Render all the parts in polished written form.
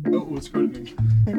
Undskyldning.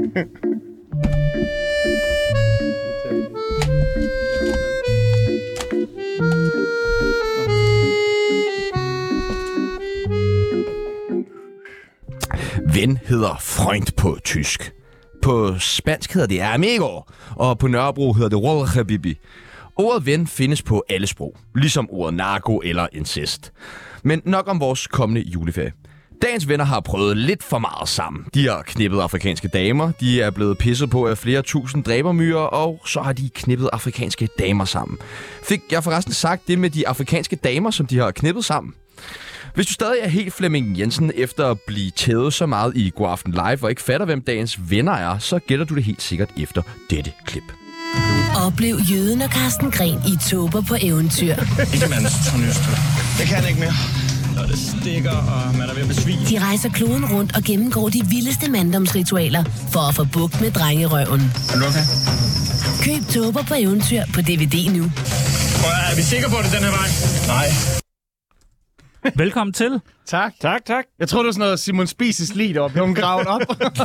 Ven hedder Freund på tysk. På spansk hedder det amigo, og på Nørrebro hedder det Rolle Habibi. Ordet ven findes på alle sprog, ligesom ordet narko eller incest. Men nok om vores kommende juleferie. Dagens venner har prøvet lidt for meget sammen. De har knippet afrikanske damer, de er blevet pisset på af flere tusind dræbermyrer, og så har de knippet afrikanske damer sammen. Fik jeg forresten sagt det med de afrikanske damer, som de har knippet sammen? Hvis du stadig er helt Flemming Jensen efter at blive tævet så meget i God Aften Live og ikke fatter, hvem dagens venner er, så gætter du det helt sikkert efter dette klip. Oplev Jøden og Carsten Gren i Tåber på eventyr. Ikke mandens tornyster. Jeg kan ikke mere. Når det stikker, og man er ved at besvige. De rejser kloden rundt og gennemgår de vildeste manddomsritualer for at få bugt med drengerøven. Er du okay? Køb Tåber på eventyr på DVD nu. Er vi sikre på det den her vej? Nej. Velkommen til. Tak. Tak. Jeg tror det var sådan noget Simon Spies' lied op. Hun gravet op.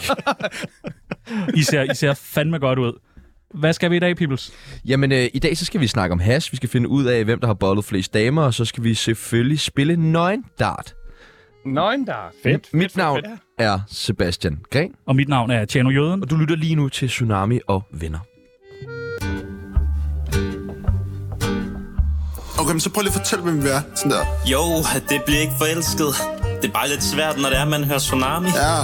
I ser fandme godt ud. Hvad skal vi i dag, Peoples? Jamen, i dag så skal vi snakke om hash. Vi skal finde ud af, hvem der har bollet flest damer, og så skal vi selvfølgelig spille nøgendart. Nøgendart. Mit navn er Sebastian Gren. Og mit navn er Tjano Jøden. Og du lytter lige nu til Tsunami og Venner. Okay, men så prøv lige at fortælle, hvem vi er. Sådan der. Jo, det bliver ikke forelsket. Det er bare lidt svært, når det er, man hører Tsunami. Ja.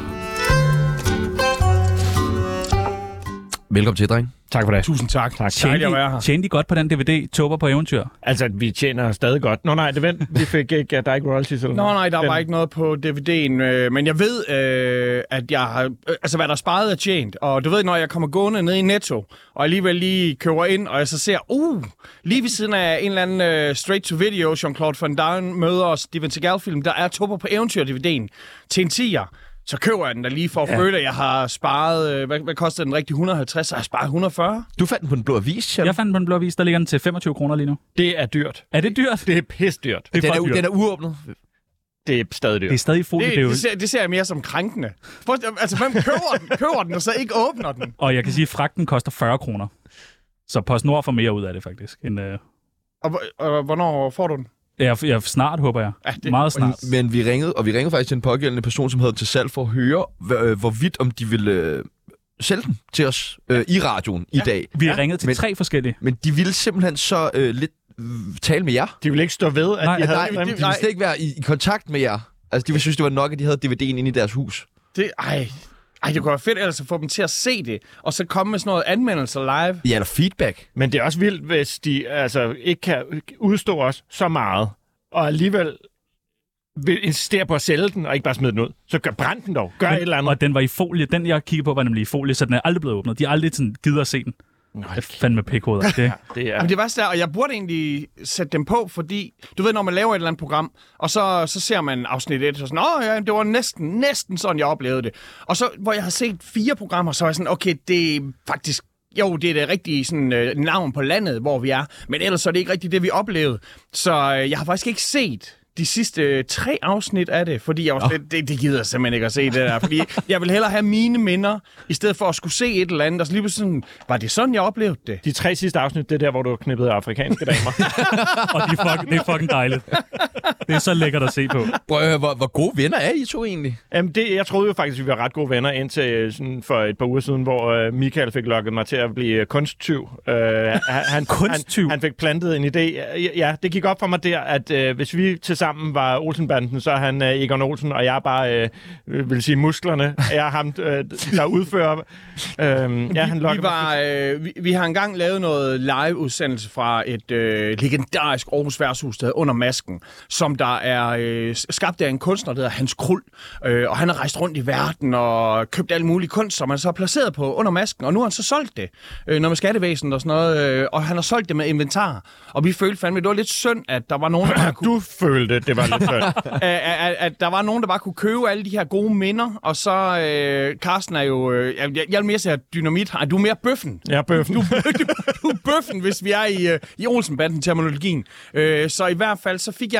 Velkommen til, dreng. Tak for det. Tusind tak. Tjente de godt på den DVD, Tåber på eventyr? Altså, vi tjener stadig godt. Nå nej, det vent. Vi fik ikke, der er ikke royalties eller noget. Nej, der var ikke noget på DVD'en, men jeg ved, at jeg har, altså hvad der sparet er tjent, og du ved, når jeg kommer gående ned i Netto, og alligevel lige køber ind, og jeg så ser, lige ved siden af en eller anden straight-to-video, Jean-Claude Van Damme møder Steven Seagal-film, der er Tåber på eventyr DVD'en til en 10'er. Så køber jeg den der lige for at føle, at jeg har sparet... Hvad koster den rigtig? 150? Så har jeg sparet 140. Du fandt den på Den Blå Avis, Sjæl? Jeg fandt den på Den Blå Avis. Der ligger den til 25 kroner lige nu. Det er dyrt. Er det dyrt? Det er pisdyrt. Den er uåbnet. Det er stadig dyrt. Det er stadig folie. Det ser jeg mere som krænkende. Altså, hvem køber den, og så ikke åbner den? Og jeg kan sige, at fragten koster 40 kroner. Så PostNord får mere ud af det, faktisk. Og hvornår får du den? Jeg snart, håber jeg. Ja, meget snart. Men vi ringede faktisk til en pågældende person, som havde til salg for at høre, hvorvidt om de ville sælge den til os i radioen i dag. Vi har ringet til 3 forskellige. Men de ville simpelthen så lidt tale med jer. De ville ikke stå ved, at de havde de ville slet ikke være i kontakt med jer. Altså, de ville synes, det var nok, at de havde DVD'en inde i deres hus. Det kunne være fedt ellers at få dem til at se det, og så komme med sådan noget anmeldelser live. Ja, eller feedback. Men det er også vildt, hvis de altså ikke kan udstå os så meget, og alligevel vil insistere på at sælge den, og ikke bare smide den ud. Så brænd den dog. Gør et eller andet. Og den var i folie. Den, jeg kiggede på, var nemlig i folie, så den er aldrig blevet åbnet. De har aldrig sådan gider at se den. Jeg fandme pikhoveder. Det er det værste er, og jeg burde egentlig sætte dem på, fordi du ved, når man laver et eller andet program, og så ser man afsnit 1, og sådan, ja, det var næsten sådan, jeg oplevede det. Og så, hvor jeg har set 4 programmer, så var jeg sådan, okay, det er faktisk, jo, det er det rigtige sådan, navn på landet, hvor vi er, men ellers så er det ikke rigtigt det, vi oplevede. Så jeg har faktisk ikke set de sidste 3 afsnit af det, fordi jeg var det gider jeg simpelthen ikke at se det der, fordi jeg vil hellere have mine minder, i stedet for at skulle se et eller andet, og så lige sådan, var det sådan, jeg oplevede det? De 3 sidste afsnit, det er der, hvor du har knippet afrikanske damer. Og det er fucking dejligt. Det er så lækkert at se på. Hvor gode venner er I to egentlig? Jamen, jeg troede jo faktisk, at vi var ret gode venner indtil sådan for et par uger siden, hvor Michael fik lokket mig til at blive kunsttyv. Han fik plantet en idé. Ja, det gik op for mig der, at hvis vi til sammen var Olsenbanden, så er han Egon Olsen, og jeg er bare, vil sige, musklerne. Jeg er ham, der udfører... Vi har engang lavet noget live-udsendelse fra et legendarisk Aarhus Værtshus, der hedder Under Masken, som der er skabt af en kunstner, der hedder Hans Krul, og han har rejst rundt i verden og købt alle mulige kunst, som han så har placeret på Under Masken, og nu har han så solgt det, noget med skattevæsenet og sådan noget, og han har solgt det med inventar, og vi følte fandme, det var lidt synd, at der var nogen, der kunne... Du følte, det var lidt synd. at der var nogen, der bare kunne købe alle de her gode minder, og så Carsten er jo... jeg vil mere sige dynamit. Du er mere bøffen. Ja, bøffen. Du er bøffen, hvis vi er i Olsenbanden-terminologien. Så i hvert fald, så fik jeg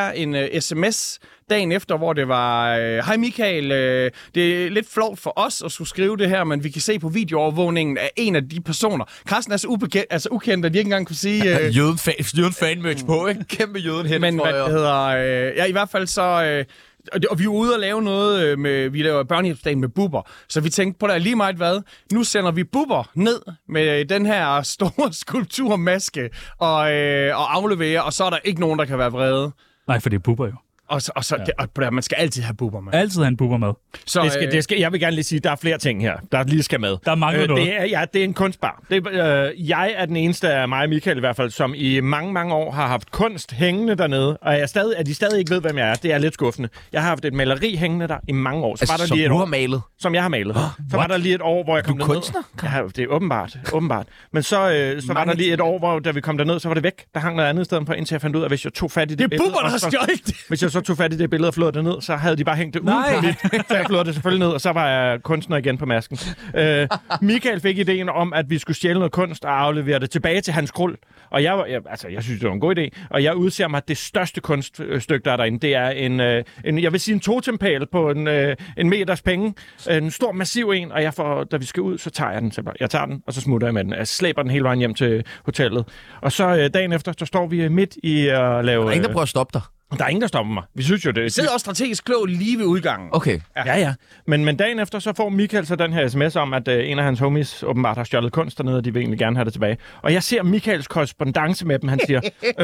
sms dagen efter, hvor det var, hej Michael, det er lidt flovt for os at skulle skrive det her, men vi kan se på videoovervågningen af en af de personer. Carsten er så ukendt, at de ikke engang kunne sige... Jøden fanmerch på, ikke? Kæmpe jøden hen. Men hvad det hedder... ja, i hvert fald så... og vi er ude og lave noget med... Vi laver børnehjælpsdagen med Bubber. Så vi tænkte på det lige meget hvad. Nu sender vi Bubber ned med den her store skulpturmaske og afleverer, og så er der ikke nogen, der kan være vrede. Nej, for det er Bubber jo. Og man skal altid have Bubber med. Altid have en Bubber med. Så, jeg vil gerne lige sige, at der er flere ting her, der lige skal med. Der mangler noget. Det er en kunstbar. Jeg er den eneste af mig og Michael i hvert fald, som i mange, mange år har haft kunst hængende dernede, og at de stadig ikke ved, hvem jeg er, det er lidt skuffende. Jeg har haft et maleri hængende der i mange år. Så var der som lige et du år, har malet? Som jeg har malet. Så var der lige et år, hvor jeg kom derned. Kunstner? Ja, det er åbenbart. Men så var der lige et år, hvor da vi kom derned, så var det væk. Der hang noget andet sted på, indtil jeg fandt ud af, at hvis jeg tog fat i det billede... Det er Bubber, der har stjålet det! Hvis jeg så tog fat i det billede og flåede det ned, så havde de bare hængt det ud på lidt. Så jeg flåede det selvfølgelig ned, og så var jeg kunstner igen på masken. Michael fik ideen om, at vi skulle stjæle noget kunst og aflevere det tilbage til Hans Krul. Og jeg synes, det var en god idé. Og jeg udser mig, at det største kunststykke, der er derinde, det er jeg vil sige en totempæl på en meters penge. En stor, massiv en, og da vi skal ud, så tager jeg den. Jeg tager den, og så smutter jeg med den. Jeg slæber den hele vejen hjem til hotellet. Og så dagen efter, så står vi midt i at lave... Der er ingen, der prøver at stoppe dig. Der er ingen, der stopper mig. Vi synes jo, det... Vi sidder også strategisk klog lige ved udgangen. Okay. Ja. Men dagen efter, så får Michael så den her sms om, at en af hans homies åbenbart har stjålet kunst dernede, og de vil egentlig gerne have det tilbage. Og jeg ser Michaels korrespondance med dem. Han siger,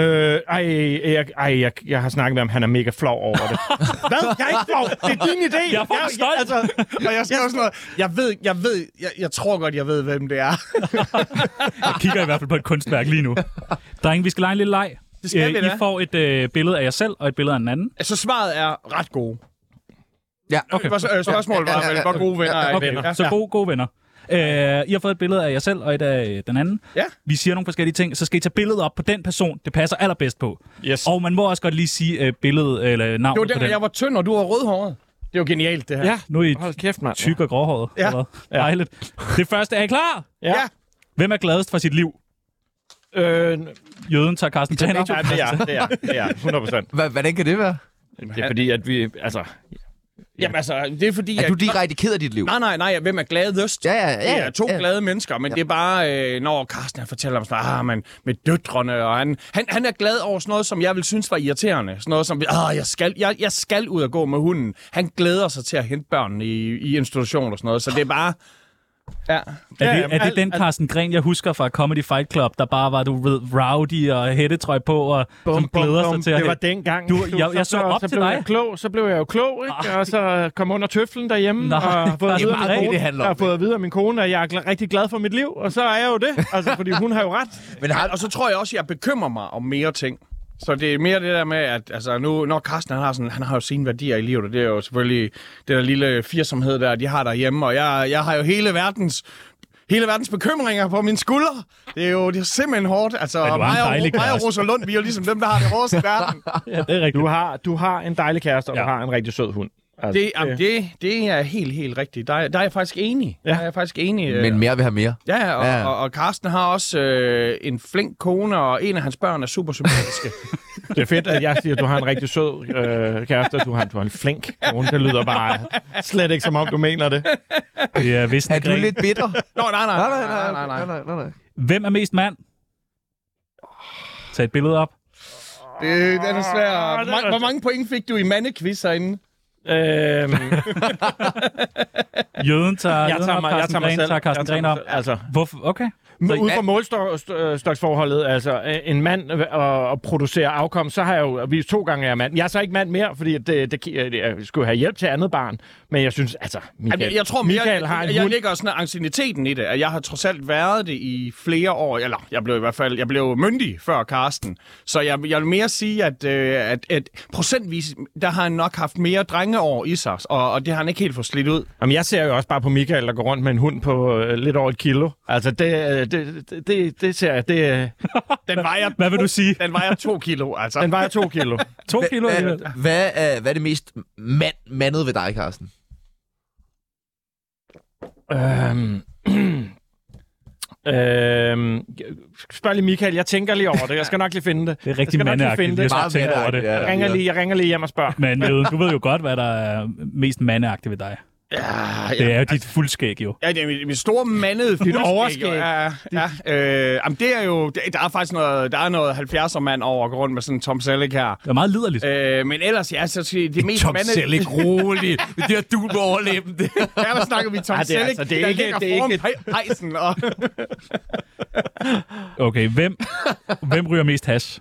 jeg har snakket med ham, han er mega flov over det. Hvad? Jeg er ikke flov. Det er din idé. Jeg er fucking stolt. Og jeg skriver sådan noget, jeg tror godt, jeg ved, hvem det er. Jeg kigger i hvert fald på et kunstværk lige nu. Drenge, vi skal lege en lille leg. Det skal vi da. I får et billede af jer selv og et billede af en anden. Så svaret er ret gode. Ja, okay. Spørgsmålet var, hvor gode venner er okay. venner. Så gode venner. I har fået et billede af jer selv og et af den anden. Ja. Vi siger nogle forskellige ting, så skal I tage billedet op på den person, det passer allerbedst på. Yes. Og man må også godt lige sige billedet eller navnet på den. Det var den, jeg var tynd, og du var rødhåret. Det er jo genialt, det her. Ja, nu er I hold kæft, mand. tyk og gråhåret. Ja. Dejligt. Det første, er I klar? Ja. Hvem er gladest for sit liv? Jøden tager Carsten Gren op. Ja, det er 100%. Hvordan kan det være? Det er fordi, at vi... Jamen altså, det er fordi... Er du direkte ked af dit liv? Nej, hvem er gladest? Ja. Det er to glade mennesker, men det er bare, når Carsten han fortæller om sådan, man med døtrene, og han er glad over sådan noget, som jeg vil synes var irriterende. Sådan noget som, jeg skal ud og gå med hunden. Han glæder sig til at hente børnene i institutioner og sådan noget, så det er bare... Ja. Er det den Carsten Gren, jeg husker fra Comedy Fight Club, der bare var, du ved, rowdy og hættetrøj på, og som glæder sig til at... Det var dengang. Jeg så op til dig. Så blev jeg jo klog, ikke? Og så kom under tøflen derhjemme, og har fået at vide af min kone, at jeg er rigtig glad for mit liv, og så er jeg jo det, altså, fordi hun har jo ret. Og så tror jeg også, at jeg bekymrer mig om mere ting. Så det er mere det der med, at altså, nu, når Carsten han har jo sine værdier i livet, og det er jo selvfølgelig det der lille firsomhed der, de har derhjemme, og jeg har jo hele verdens bekymringer på mine skuldre. Det er simpelthen hårdt. Altså, mig og Rosalund, vi er jo ligesom dem, der har det hårdeste i verden. Ja, det er rigtigt. Du har en dejlig kæreste, og du har en rigtig sød hund. Altså, det er helt rigtigt. Der er jeg faktisk enig. Men mere vil have mere. Ja, og Carsten har også en flink kone, og en af hans børn er super sympatiske. Det er fedt, at jeg siger, at du har en rigtig sød kæreste, og du har en flink kone. Det lyder bare slet ikke, som om du mener det. Ja, er du lidt bitter? Nej. Hvem er mest mand? Tag et billede op. Det er svært. Hvor mange point fik du i mandequiz herinde? Jøden tager Carsten Gren op. Altså. Hvorfor? Okay. Ud fra målstoksforholdet, altså en mand og producere afkom, så har jeg jo vist 2 gange, jeg er mand. Jeg er så ikke mand mere, fordi jeg skulle have hjælp til andet barn. Men jeg synes, altså, jeg tror mere, jeg ligger også sådan ancienniteten i det, at jeg har trods alt været det i flere år, eller jeg blev myndig før Carsten. Så jeg vil mere sige, at procentvis, der har han nok haft mere drengeår i sig, og det har han ikke helt fået slidt ud. Jamen, jeg ser jo også bare på Michael, der går rundt med en hund på lidt over 1 kilo. Altså, det ser jeg, det... Den vejer... Hvad vil du sige? Den vejer 2 kilo, altså. Den vejer 2 kilo. 2 kilo? Hvad er det mest mandet ved dig, Carsten? Spørg lige Michael, jeg tænker lige over det. Jeg skal nok lige finde det. Det er rigtig mandeagtigt. Jeg ringer lige hjem og spørger. Men du ved jo godt, hvad der er mest mandeagtigt ved dig. Ja, det er jo dit fuldskæg, jo. Ja, det er mit store mandede fuldskæg. Jamen, det er jo... Der er faktisk noget 70'er-mand over at gå rundt med sådan en Tom Selleck her. Det er meget liderligt. Men ellers, ja, så det mest Tom Selleck, roligt. Det er du på overlæben. Ja, hvad snakker vi? Tom Selleck, altså, det er ikke, det er ikke pejsen. Og... Okay, hvem ryger mest hash?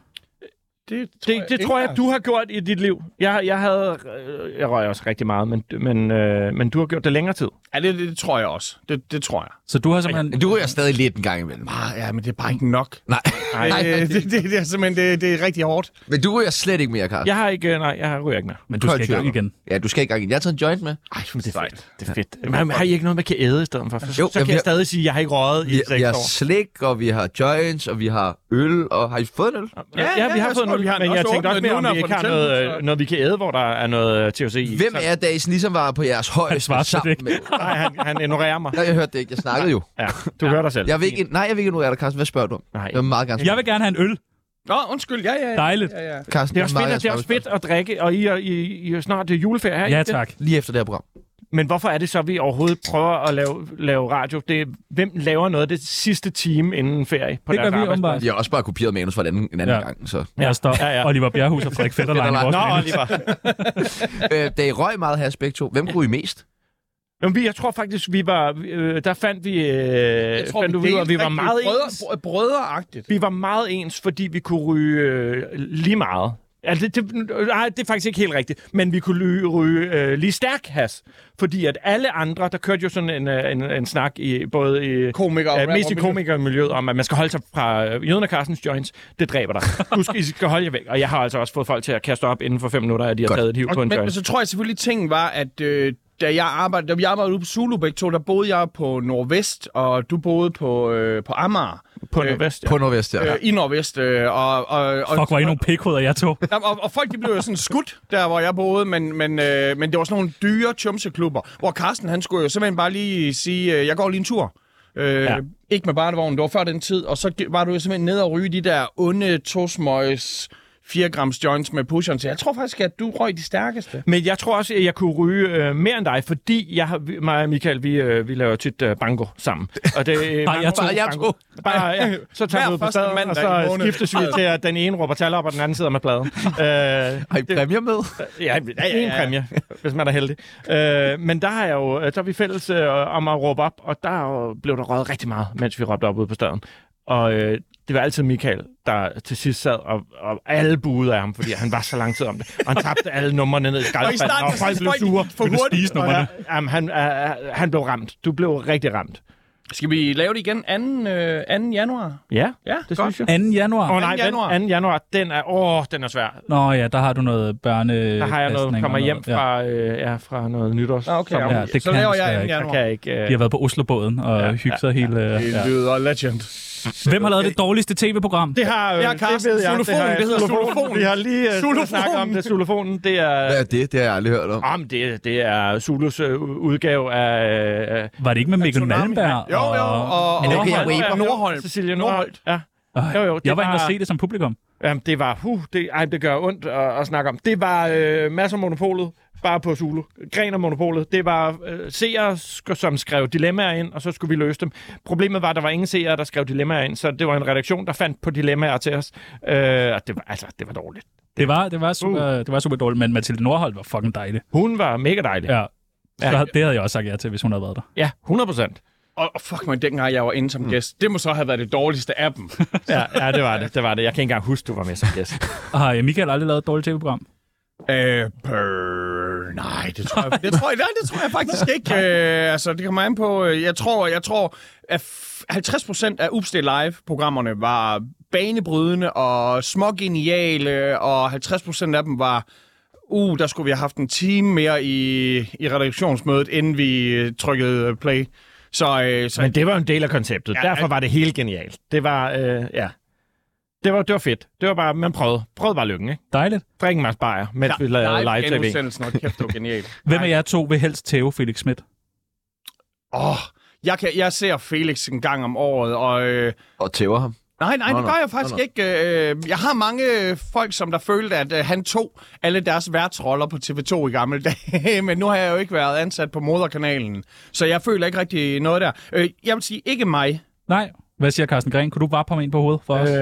Det tror jeg, du har gjort i dit liv. Jeg røg også rigtig meget, men du har gjort det længere tid. Ja, det tror jeg også. Det tror jeg. Så du har simpelthen... Du ryger stadig lidt en gang imellem. Ja, men det er bare ikke nok. Nej. Det er simpelthen det er rigtig hårdt. Men du ryger slet ikke mere, Carsten. Jeg ryger ikke mere. Men du skal i gang igen. Ja, du skal i gang igen. Jeg har taget en joint med. Ej, det er fedt. Det er fedt. Men har I ikke noget, man kan æde i stedet for? Jo, så kan jeg stadig sige, at jeg har ikke røget i 6 år. Vi har slik, og vi har joints, og vi har øl, og har I fået en øl? Ja, vi har fået en øl, men jeg tænkte også mere, om vi ikke har noget, vi kan æde, hvor der er noget THC i. Hvem er Dags ligesom var på jeres højeste sammen med? Nej, han ignorerer mig. Nej, jeg hørte det ikke. Jeg snakkede jo. Ja, du hører dig selv. Jeg vil ikke ignorere dig, Carsten. Hvad spørger du om? Nej. Jeg vil meget gerne Jeg vil gerne have en øl. Nå, undskyld. Ja. Dejligt. Ja. Carsten, det er også fedt at drikke, og I er snart juleferie her. Ja, tak. Lige efter det her program. Men hvorfor er det så, at vi overhovedet prøver at lave radio? Hvem laver noget det sidste time inden ferie på deres arbejdsplads? Vi har også bare kopieret manus fra en anden gang. Så. Ja, stop. Ja. Oliver Bjerrehus og Frederik Fetterlein. Nå, Oliver. Da I røg meget hash begge to, hvem kunne I mest? Jamen, jeg tror faktisk, vi var... der fandt vi... vi var meget ens. Brødreagtigt. Vi var meget ens, fordi vi kunne ryge lige meget. Altså, det er faktisk ikke helt rigtigt, men vi kunne ryge lige stærk has, fordi at alle andre, der kørte jo sådan en snak i både i mest i komikermiljøet om, at man skal holde sig fra Jøden og Carstens joints, det dræber dig. I skal holde jer væk, og jeg har altså også fået folk til at kaste op inden for 5 minutter, at de har taget et hiv på en joint. Men så tror jeg selvfølgelig, tingen var, at da vi arbejdede ude på Zulu begge to, der boede jeg på Nordvest, og du boede på Amager. På Nordvest, ja. På Nordvest, ja. I Nordvest. Fuck, var I nogle pikhoveder, jeg tog? Og folk, de blev jo sådan skudt, der hvor jeg boede, men det var sådan nogle dyre chumseklubber, hvor Carsten, han skulle jo simpelthen bare lige sige, jeg går lige en tur. Ikke med barnevognen, det var før den tid, og så var du jo simpelthen nede og ryge de der onde tosmøjs 4 grams joints med pusheren, så jeg tror faktisk, at du røg de stærkeste. Men jeg tror også, at jeg kunne ryge mere end dig, fordi mig og Michael, vi laver tit banko sammen. Og det, så tager vi ud på staden, og så skiftes vi til, at den ene råber tal op, og den anden sidder med pladen. Har I præmier med? Ja, en præmie, hvis man er heldig. Men der er vi fælles om at råbe op, og der blev der røget rigtig meget, mens vi råbte op ude på staden. Og det var altid Michael, der til sidst sad og alle buede af ham, fordi han var så lang tid om det. Og han tabte alle numrene ned i skraldespanden, og folk blev sure. Vil du spise numrene? Han blev ramt. Du blev rigtig ramt. Skal vi lave det igen 2. januar? Ja, det synes jeg. 2. januar? Nej, 2. januar, den er svær. Nå ja, der har du noget børne... Der har jeg noget, kommer hjem fra noget nytårs. Okay, ja, det så laver jeg 2. januar. Kan ikke, De har været på Oslobåden og hygget sig hele... Det lyder legend. Hvem har lavet det dårligste tv-program? Det har Carsten. Xylofonen. Det hedder Xylofonen. Vi har lige snakket om det. Xylofonen, det er... Hvad er det? Det har jeg aldrig hørt om. Jamen, det er Zulus udgave af... Var det ikke med Mikkel Malmberg? Jo. Og Nordholm. Cecilie Nordholt. Ja. Jo, jeg var inde og se det som publikum. Jamen, det var... det gør ondt at snakke om. Det var masser af Monopolet, bare på Zulu. Gren af Monopolet. Det var seere, som skrev dilemmaer ind, og så skulle vi løse dem. Problemet var, at der var ingen seere, der skrev dilemmaer ind, så det var en redaktion, der fandt på dilemmaer til os. Og det var dårligt. Det var super dårligt, men Mathilde Nordholt var fucking dejlig. Hun var mega dejlig. Ja. Det havde jeg også sagt ja til, hvis hun havde været der. Ja, 100%. Og fuck mig, dengang jeg var inde som gæst. Det må så have været det dårligste af dem. Ja, det var det. Jeg kan ikke engang huske, du var med som gæst. Har Michael aldrig lavet et dårligt tv-program? Nej, det tror jeg faktisk ikke. Altså, det kommer an på... Jeg tror, at 50% af Upstate Live-programmerne var banebrydende og smågeniale, og 50% af dem var... der skulle vi have haft en time mere i redaktionsmødet, inden vi trykkede play. Men det var en del af konceptet. Ja, derfor var det helt genialt. Det var, Det var fedt. Det var bare, man prøvede bare lykken, ikke? Dejligt. Drik en masse bajer, mens vi lavede live-tv. Kæft, det var genialt. Hvem af jer to vil helst tæve Felix Schmidt? Jeg ser Felix en gang om året, Og tæver ham. Nej, det gør jeg faktisk ikke. Jeg har mange folk, som der følte, at han tog alle deres værtsroller på TV2 i gamle dage, men nu har jeg jo ikke været ansat på moderkanalen, så jeg føler ikke rigtig noget der. Jeg vil sige, ikke mig. Nej. Hvad siger Carsten Gren? Kunne du bare komme ind på hovedet for os?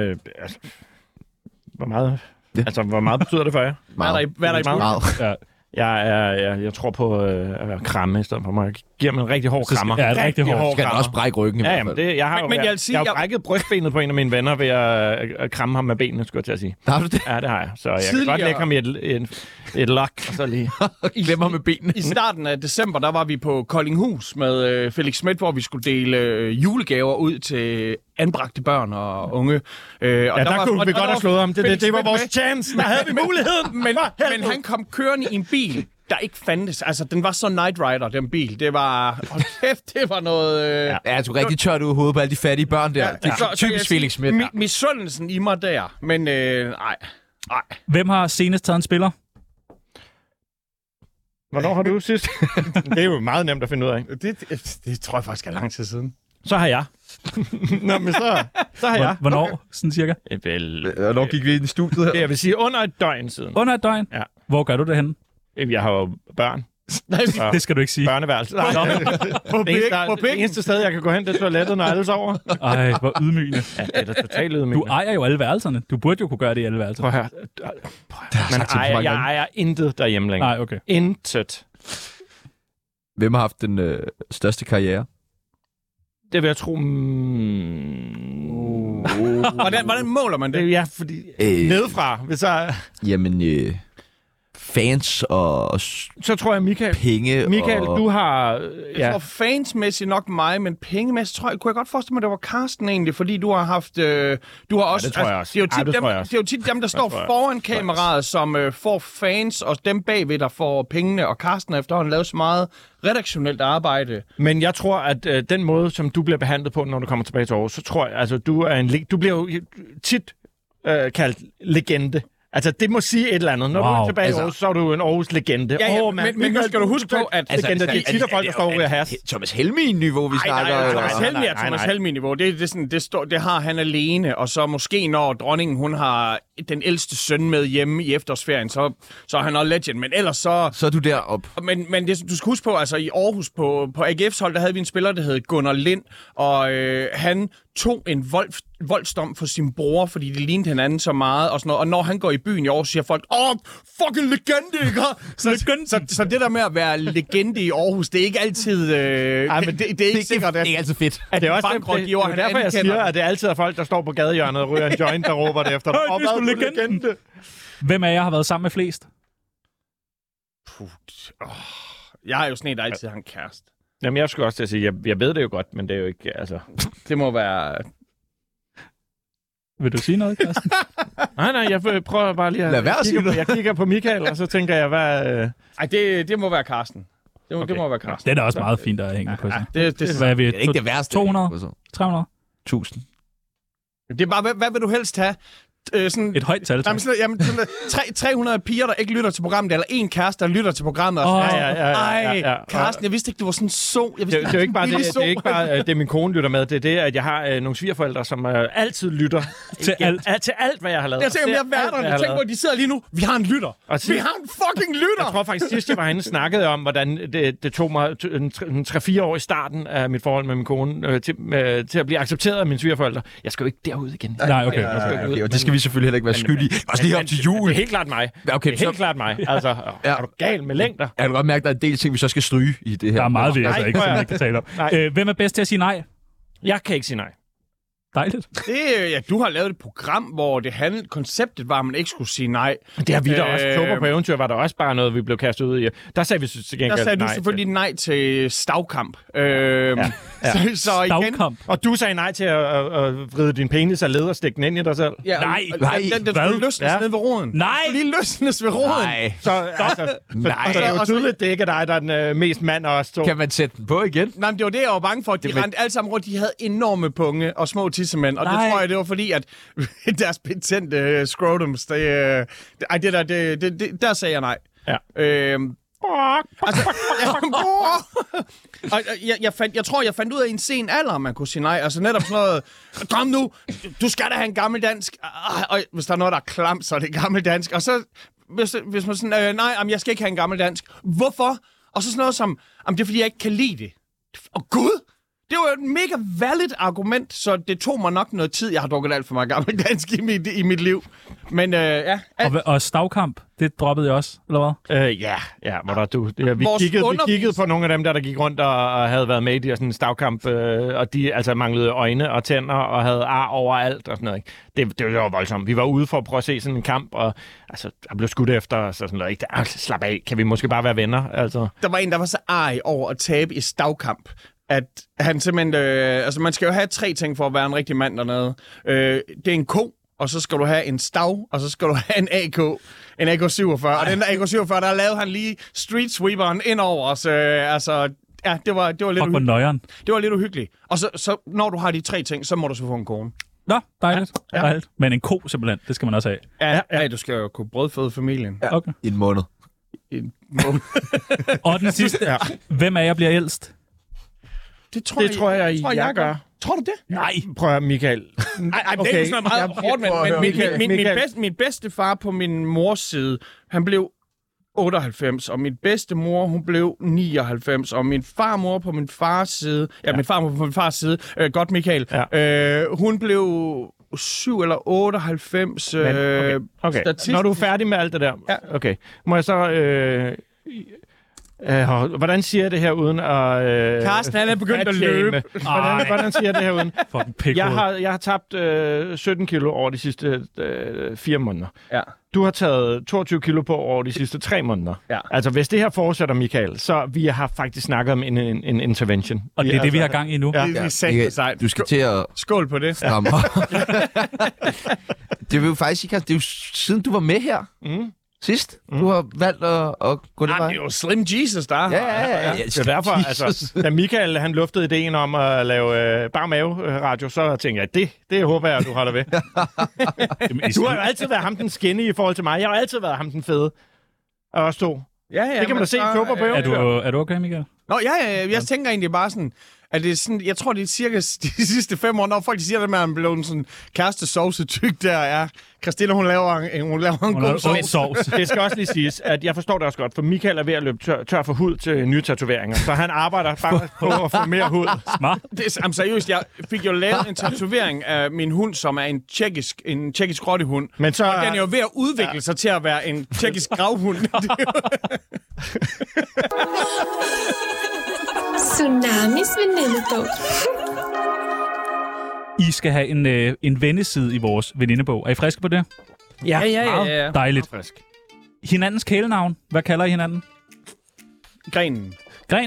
Hvor meget? Ja. Altså, hvor meget betyder det for jer? Hvad er der i meget? Jeg tror på at kramme i stedet for mig. Jeg giver mig en rigtig hård krammer. Ja, en rigtig hård Skal også brække ryggen. Ja, jamen, jeg har brækket brystbenet på en af mine venner ved at kramme ham med benene, skulle jeg til at sige. Har du det? Ja, det har jeg. Så jeg kan godt lægge ham i et lok, og så lige glemme ham med benene. I starten af december, der var vi på Koldinghus med Felix Schmidt, hvor vi skulle dele julegaver ud til anbragte børn og unge. Og der kunne vi godt have slået ham. Det var vores chance. Der havde vi muligheden. Men han kom kørende i en bil, der ikke fandtes. Altså, den var så Night Rider, den bil. Det var... kæft, det var noget... Ja, jeg tog rigtig tørt ud af hovedet på alle de fattige børn der. Det er typisk Felix Schmidt. Misundelsen i mig der. Men nej. Hvem har senest taget en spiller? Hvornår har du sidst? Det er jo meget nemt at finde ud af. Det tror jeg faktisk er lang tid siden. Så har jeg. Nå, men så har jeg. Hvornår? Sådan cirka? Hvornår gik vi ind i studiet her? Jeg vil sige under et døgn siden. Under et døgn? Ja. Hvor gør du det henne? Jeg har jo børn. Det skal du ikke sige. Børneværelse. Det eneste sted, jeg kan gå hen, det er toilettet, når alle sover. Ej, hvor ydmygende. Ja, det er da totalt ydmygende. Du ejer jo alle værelserne. Du burde jo kunne gøre det i alle værelserne. Prøv at høre. Jeg ejer intet derhjemme længere. Nej, okay. Intet. Hvem har haft den største karriere? Det vil jeg tro... Hvordan måler man det? Ja, fordi... Nedefra. Hvis jeg... Jamen... fans og så tror jeg, Michael, du har... Jeg tror fansmæssigt nok mig, men pengemæssigt kunne jeg godt forestille mig, at det var Carsten egentlig, fordi du har haft... du har også... det tror jeg også. Det er jo tit dem, der står foran kameraet, som får fans, og dem bagved, der får pengene, og Carsten har efterhånden lavet så meget redaktionelt arbejde. Men jeg tror, at den måde, som du bliver behandlet på, når du kommer tilbage til Aarhus, så tror jeg, altså, du bliver jo tit kaldt legende. Altså, det må sige et eller andet. Når du er tilbage i Aarhus, så er du en Aarhus-legende. Ja, men nu skal du huske på, at... legender, det er tit folk, der står over has. Thomas Helmig-niveau, vi snakker... Nej, Thomas Helmig-niveau. Det har han alene, og så måske, når dronningen, hun har den ældste søn med hjemme i efterårsferien, så er han også legend. Men ellers så... Så er du derop. Men det, du skal huske på, altså i Aarhus på AGF's hold, der havde vi en spiller, der hed Gunnar Lind, og han tog en voldsdom for sin bror, fordi de lignede hinanden så meget, og sådan noget. Og når han går i byen i Aarhus, siger folk, fucking legende, ikke? Så det der med at være legende i Aarhus, det er ikke altid... men det er ikke sikkert, det er ikke altid fedt. Det er også derfor, jeg siger, at det altid er folk, der står på gadehjørnet og ryger en joint, der råber det efter. Legende. Hvem af jer har været sammen med flest? Jeg er jo sådan en, der altid har en kæreste. Jamen, jeg skulle også til at sige, jeg ved det jo godt, men det er jo ikke, altså... Det må være... Vil du sige noget, Carsten? Nej, jeg prøver bare lige at... Lad være at sige noget. Jeg kigger på Michael, og så tænker jeg, hvad... Ej, det må være Carsten. Det må være Carsten. Det er da også meget fint at hænge på sig. Det Hvad er vi? Det er ikke det værste. 200? 300? 1000. Det er bare, hvad vil du helst have? Et højt tal. Jamen, 300 piger, der ikke lytter til programmet, eller en kæreste, der lytter til programmet. Ja. Carsten, jeg vidste ikke, du var sådan så. Det er jo ikke bare det, er ikke bare det, min kone lytter med. Det er det, at jeg har nogle svigerforældre, som altid lytter til alt, hvad jeg har lavet. Jeg tænker, jeg er værterne. Tænk på, at de sidder lige nu. Vi har en lytter. Vi har en fucking lytter. Jeg tror faktisk, sidst jeg var herinde, snakkede om, hvordan det tog mig 3-4 år i starten af mit forhold med min kone til at blive accepteret af mine svigerforældre. Jeg skal jo ikke derud igen. Nej, okay. Og det skal vi selvfølgelig heller ikke være skyldige. Også lige op til jul. Det er helt klart mig. Okay, det er helt klart mig. Altså, er du gal med længder? Jeg kan godt mærke, at der er en del ting, vi så skal stryge i det her. Der er meget, vi altså ikke, som ikke kan tale om. Hvem er bedst til at sige nej? Jeg kan ikke sige nej. Dejligt. Du har lavet et program, hvor konceptet var, at man ikke skulle sige nej. Det har vi da også. Klubber på eventyr var der også bare noget, vi blev kastet ud i. Der sagde vi til gengæld nej. Der sagde du selvfølgelig nej til stavkamp. Så stavkamp. Og du sagde nej til at vride din penis af led og stikke den ind i dig selv. Ja, nej. Den skulle løsnes ned ved roden. Nej. Lige løsnes ved roden. Nej. Så det er jo tydeligt, det ikke er dig, der er den mest mand af os to. Kan man sætte den på igen? Nej, men det var det, jeg var bange for. De rendte alle sammen rundt. De havde enorme punge og små tissemænd. Og det tror jeg, det var fordi, at deres betændte scrotums, der sagde jeg nej. Ja. Jeg tror, jeg fandt ud af i en sen alder, man kunne sige nej. Altså netop sådan noget, kom nu, du skal da have en gammeldansk. Og hvis der er noget, der er klamt, så er det gammeldansk. Og så, hvis man sådan, nej, jeg skal ikke have en gammeldansk. Hvorfor? Og så sådan noget som, det er fordi, jeg ikke kan lide det. Gud! Det var et mega valid argument, så det tog mig nok noget tid. Jeg har drukket alt for meget gammeldansk i mit liv. Men ja. Og stavkamp, det droppede jeg også, eller hvad? Ja, hvor der du. Vi kiggede på nogle af dem, der gik rundt og havde været med i sådan en stavkamp, og de altså manglede øjne og tænder og havde ar overalt og sådan noget. Ikke? Det var voldsomt. Vi var ude for at prøve at se sådan en kamp, og altså, der blev skudt efter os og sådan noget. Ikke? Slap af, kan vi måske bare være venner? Altså. Der var en, der var så arg over at tabe i stavkamp, at han simpelthen... altså, man skal jo have 3 ting for at være en rigtig mand dernede. Det er en ko, og så skal du have en stav, og så skal du have en AK. En AK-47. Og den der AK-47, der lavede han lige street sweeperen ind over os. Altså, ja, det var lidt uhyggeligt. Det var lidt uhyggeligt. Og så, når du har de 3 ting, så må du så få en kone. Nå, dejligt. Ja. Dejligt. Men en ko simpelthen, det skal man også have. Ja, du skal jo kunne brødføde familien. Ja. Okay. I en måned. Og den sidste. Hvem af jer bliver ældst? Det tror jeg gør. Tror du det? Nej. Prøv at Michael. Nej, okay. Det er sådan meget hårdt, men min bedstefar på min mors side, han blev 98, og min bedstemor, hun blev 99, og min farmor på min fars side, min farmor på min fars side, godt Michael, hun blev 7 eller 98. Okay. Når du er færdig med alt det der, okay. Må jeg så... hvordan siger jeg det her uden at... Carsten, han er begyndt at løbe. Hvordan siger jeg det her uden? Jeg har tabt 17 kilo over de sidste 4 måneder. Ja. Du har taget 22 kilo på over de sidste 3 måneder. Ja. Altså, hvis det her fortsætter, Michael, så vi har faktisk snakket om en intervention. Og det er det, vi har gang i nu. Ja. Det er du skal til at... Skål på det. Stramme. Det vil jo faktisk ikke... Det er jo siden du var med her. Sidst, du har valgt at gå det vej. Det er jo Slim Jesus, der. Ja. Det er derfor, altså, da Michael han luftede ideen om at lave bare mave-radio, så tænkte jeg, det håber jeg, du holder ved. Du har jo altid været ham den skinny i forhold til mig. Jeg har altid været ham den fede. Og også 2. Ja, det kan man da se i Klubber på. Er du okay, Michael? Nå, jeg tænker egentlig bare sådan... at det er sådan, jeg tror, det er cirka de sidste 5 år, når folk siger det med, at man blev en sådan kæreste-sovse-tyk der, ja. Christina, hun laver en god sovs. Det skal også lige siges, at jeg forstår det også godt, for Michael er ved at løbe tør for hud til nye tatoveringer, så han arbejder faktisk på at få mere hud. Smart. Seriøst, jeg fik jo lavet en tatovering af min hund, som er en tjekkisk rottehund. Men så og den er jo ved at udvikle sig til at være en tjekkisk gravhund. Tsunamis venindebog. I skal have en venneside i vores venindebog. Er I friske på det? Ja. Dejligt. Hinandens kælenavn. Hvad kalder I hinanden? Grenen.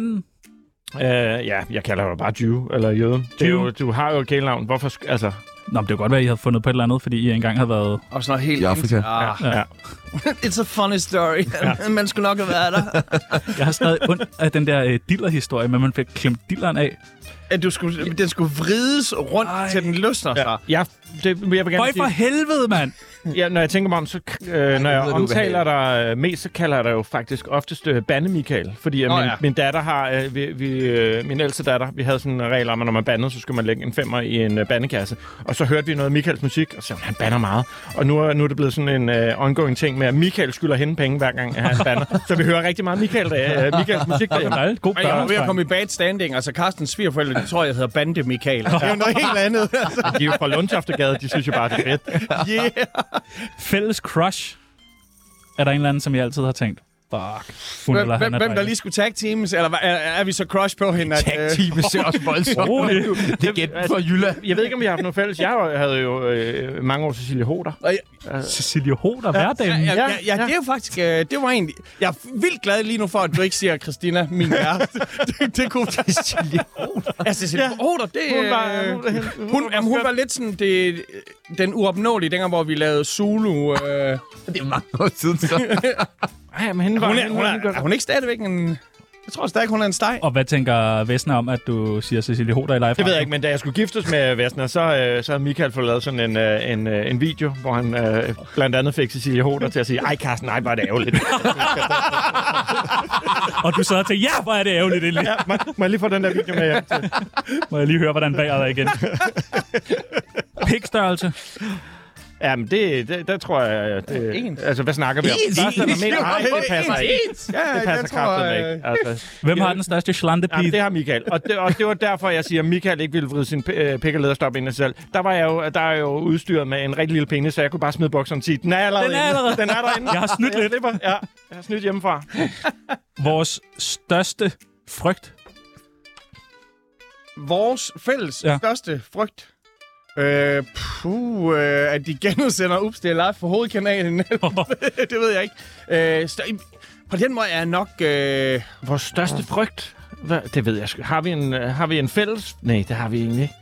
Jeg kalder dig bare Jew, eller Jøden. Du har jo et kælenavn. Hvorfor, altså... Nå, men det kunne godt være, at I havde fundet på et eller andet, fordi I engang havde været... Og sådan noget helt... I Afrika. Ja. It's a funny story. Man skulle nok have været der. Jeg har stadig ondt af den der diller-historie, men man fik klemt dilleren af. At den skulle vrides rundt, til den løsner sig. Ja, jeg vil gerne sige... for helvede, mand! Ja, når jeg tænker mig om, så når jeg omtaler dig mest, så kalder jeg dig jo faktisk oftest Bande Michael. Fordi min datter har, min ældste datter, vi havde sådan en regel om, at når man bandede, så skulle man lægge en 5'er i en bandekasse. Og så hørte vi noget Michaels musik, og så han bander meget. Og nu er det blevet sådan en ongoing ting med, at Michael skylder hende penge hver gang, han bander. Så vi hører rigtig meget Michaels musik derhjemme. Jeg er ved at komme i bad standing. Altså, Carstens svigerforældre, de tror, jeg hedder Bande Michael. Det er jo noget helt andet. De er jo fra Lundtoftegade, de synes jo bare, det er fedt. Yeah. Fælles crush. Er der en eller anden, som jeg altid har tænkt? Hvem der lige skulle tag teams, eller er vi så crush på hende? Tag teams er også voldsomt. Det gæt for Jylland. Jeg ved ikke, om vi har haft noget fælles. Jeg havde jo mange år Cecilie Hoder. Cecilie Hoder, hverdagen? Ja, det er jo faktisk... det var egentlig... Jeg er vildt glad lige nu for, at du ikke siger Christina, min kæreste. det kunne være Cecilie Hoder. Ja, Cecilie Hoder, det... Hun var lidt sådan den uopnåelige, dengang, hvor vi lavede Zulu. Det er mange år siden, så. Ja, men hun er ikke stadigvæk en... Jeg tror stadig, hun er en steg. Og hvad tænker Vesna om, at du siger Cecilie Hoder i live? Det ved jeg ikke, men da jeg skulle giftes med Vesna, så havde Michael fået lavet sådan en video, hvor han blandt andet fik Cecilie Hoder til at sige, ej Carsten, nej, hvor er det ærgerligt. Og du sad og tænkte, ja, hvor er det ærgerligt endelig. Ja, må jeg lige få den der video med hjem til? Må jeg lige høre, hvordan vejret er igen? Pikstørrelse. Ja, men det tror jeg... Altså, hvad snakker vi om? En. Det passer ikke. Ja, Det passer kraftigt ikke. Altså, Hvem har den største slantepige? ja, det har Michael. Og det var derfor, jeg siger, at Michael ikke ville vride sin pik- og lederstop ind i sig selv. Der er jeg jo udstyret med en rigtig lille penis, så jeg kunne bare smide bukserne og sige, den er allerede Den er derinde. Jeg har snydt lidt. Ja, jeg har snydt hjemmefra. Vores største frygt. Vores fælles største frygt. At de genudsender Ups, det er live for hovedkanalen. Det ved jeg ikke. På den måde er nok... Vores største frygt? Det ved jeg sgu. Har vi en fælles? Nej, det har vi egentlig ikke.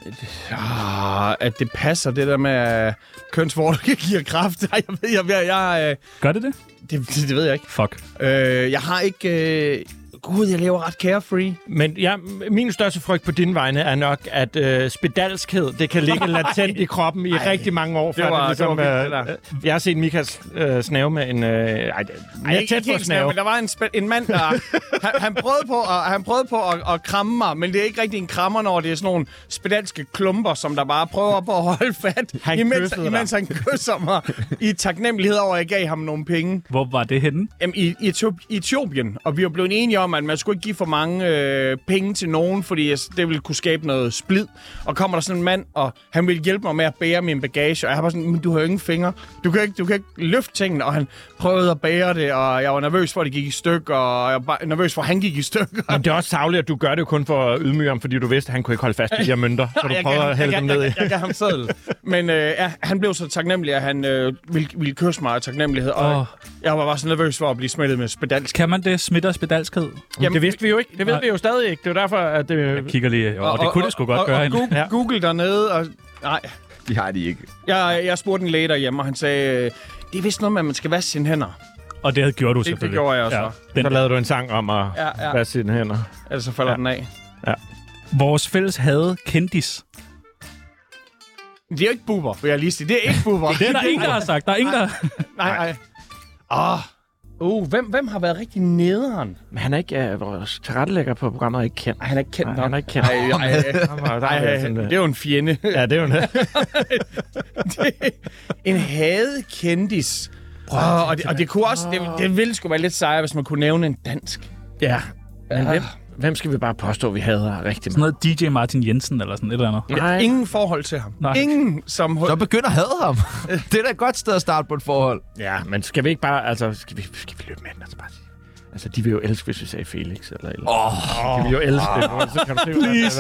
At det passer, det der med kønsvorter giver kraft. Jeg Gør det det? Det ved jeg ikke. Fuck. Jeg har ikke... Gud, jeg lever ret carefree. Men min største frygt på din vegne er nok, at spedalskhed, det kan ligge latent i kroppen i rigtig mange år. Det var jeg har set Mikas snave med en... jeg tæt på snave. Men der var en mand, der... han prøvede på at kramme mig, men det er ikke rigtig en krammer, når det er sådan nogle spedalske klumper, som der bare prøver på at holde fat, imens han kysser mig i taknemmelighed over, at jeg gav ham nogle penge. Hvor var det henne? I Etiopien, og vi var blevet enige om, at man skulle ikke give for mange penge til nogen, fordi det ville kunne skabe noget splid. Og kommer der sådan en mand, og han ville hjælpe mig med at bære min bagage, og jeg har bare sådan, men du har jo ingen fingre. Du kan ikke løfte tingene, og han prøvede at bære det, og jeg var nervøs for, at det gik i stykker, og jeg var nervøs for, at han gik i stykker. Men det er også savligt, at du gør det jo kun for at ydmyge ham, fordi du vidste, at han kunne ikke holde fast i de her mønter, så du prøver at hælde dem ned i. Jeg gav ham seddel. Men han blev så taknemmelig, at han ville kysse mig af taknemmelighed, og jeg var bare så nervøs for at blive smittet med spedalsk. Kan man det? Smitter spedalskhed? Jamen, det vidste vi jo ikke. Det ved vi jo stadig ikke. Det er derfor, at det... Jeg kigger lige. Og det kunne det sgu godt gøre. Google dernede, og... Nej. De har de ikke. Jeg spurgte en læge derhjemme, og han sagde, det er vist noget med, at man skal vaske sine hænder. Og det gjorde du selvfølgelig. Det gjorde jeg også. Ja. Så lavede du en sang om at vaske sine hænder. Ellers så falder den af. Ja. Vores fælles hade kendis. Det er jo ikke buber, vil jeg lige sige. Det er ikke buber. Det er der ingen, der har sagt. Der er ingen, der... Nej. Hvem har været rigtig nederen? Men han er ikke... vores tilrettelægger på programmet er ikke kendt. Han er ikke kendt nok. Han er ikke kendt. Det er jo en fjende. Ja, det er jo en... En hadekendis. Og det kunne også... Det ville sgu være lidt sejere, hvis man kunne nævne en dansk. Ja. Men hvem skal vi bare påstå, vi hader rigtig meget? Sådan noget DJ Martin Jensen eller sådan et eller andet. Nej. Ingen forhold til ham. Nej. Ingen som... Så begynder at hade ham. Det er da et godt sted at starte på et forhold. Ja, men skal vi ikke bare... Altså, skal vi løbe med den? Altså, bare sige... Altså, de vil jo elske, hvis vi sagde Felix eller... De vil jo elske det. Så kan du se, please.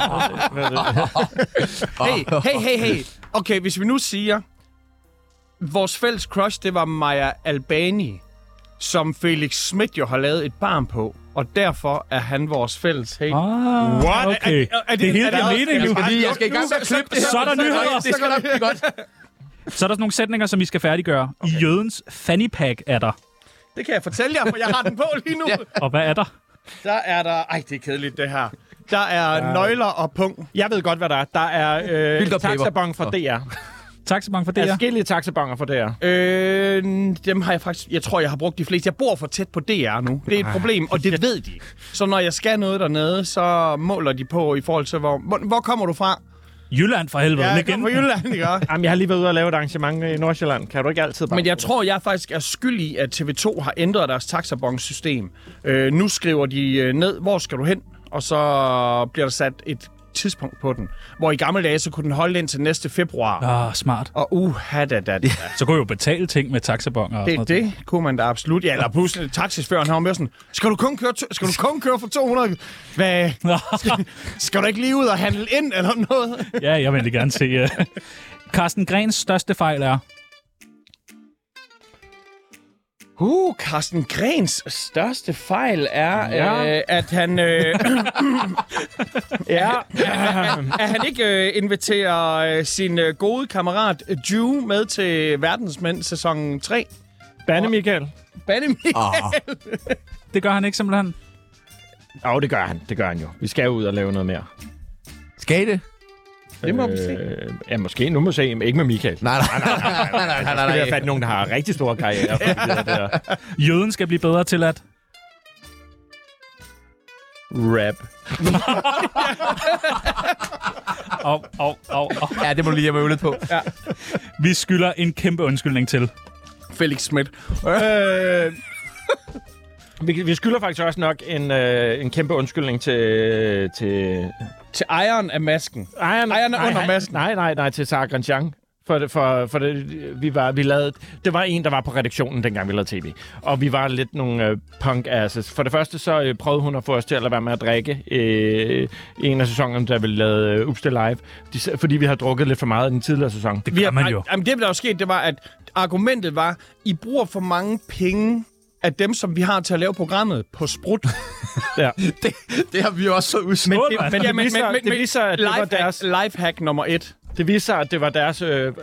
Hey. Okay, hvis vi nu siger... Vores fælles crush, det var Maja Albani, som Felix Schmidt jo har lavet et barn på. Og derfor er han vores fælles hate. What? Okay. Det hele giver mening nu. Jeg skal i gang med at klippe det. Så er der nyheder. Det skal nok blive godt. Så er der sådan nogle sætninger, som I skal færdiggøre. Okay. I jødens fanny pack er der. Det kan jeg fortælle jer, for jeg har den på lige nu. Ja. Og hvad er der? Der er der... Ej, det er kedeligt, det her. Der er nøgler og pung. Jeg ved godt, hvad der er. Der er taxabon fra DR. Taxabon fra DR? Forskellige taxabonger fra DR. Dem har jeg faktisk... Jeg tror, jeg har brugt de fleste. Jeg bor for tæt på DR nu. Det er et problem, og det ved de. Så når jeg skal noget dernede, så måler de på i forhold til, hvor kommer du fra? Jylland for helvede. Ja, jeg kommer fra Jylland, ikke? Jamen, jeg har lige været ude og lave et arrangement i Nordsjælland. Kan du ikke altid bare... Men jeg tror, jeg faktisk er skyld i, at TV2 har ændret deres taxabon-system. Nu skriver de ned, hvor skal du hen? Og så bliver der sat et tidspunkt på den. Hvor i gamle dage, så kunne den holde ind til næste februar. Smart. Og Så kunne jo betale ting med taxabonger. Det kunne man da absolut. Ja, eller pludselig taxiføren har med sådan, skal du kun køre for 200? Hvad? Skal du ikke lige ud og handle ind eller noget? Ja, jeg vil gerne se. Carsten Grens største fejl er? Carsten Grens største fejl er, at han... at han ikke inviterer sin gode kammerat Drew med til Verdensmænd sæson 3. Banne Michael. Banne Michael. Det gør han ikke simpelthen. Jo, det gør han jo. Vi skal jo ud og lave noget mere. Skal I det? Det må vi se. Ja, måske. Nu må vi se. Ikke med Michael. Nej. Så skal vi have fat i nogen, der har rigtig store karriere. Jøden skal blive bedre til at... Rap. Au. Ja, det må du lige have øvet på. Ja. Vi skylder en kæmpe undskyldning til Felix Schmidt. Vi skylder faktisk også nok en kæmpe undskyldning til ejeren af masken. Ejeren under masken. Nej, til Sarah Grandjean. For det, vi lavede... Det var en, der var på redaktionen, dengang vi lavede tv. Og vi var lidt nogle punk-asses. For det første, så prøvede hun at få os til at lade være med at drikke i en af sæsonerne, da vi lavede Upstil Live. Fordi vi har drukket lidt for meget i den tidligere sæson. Det gør man jo. Jamen, det, der var sket, det var, at argumentet var, I bruger for mange penge af dem, som vi har til at lave programmet på sprut. Ja. Det har vi også så udsmæt. Men det viser, at det var deres... Lifehack nummer 1. Det viser sig, at det var deres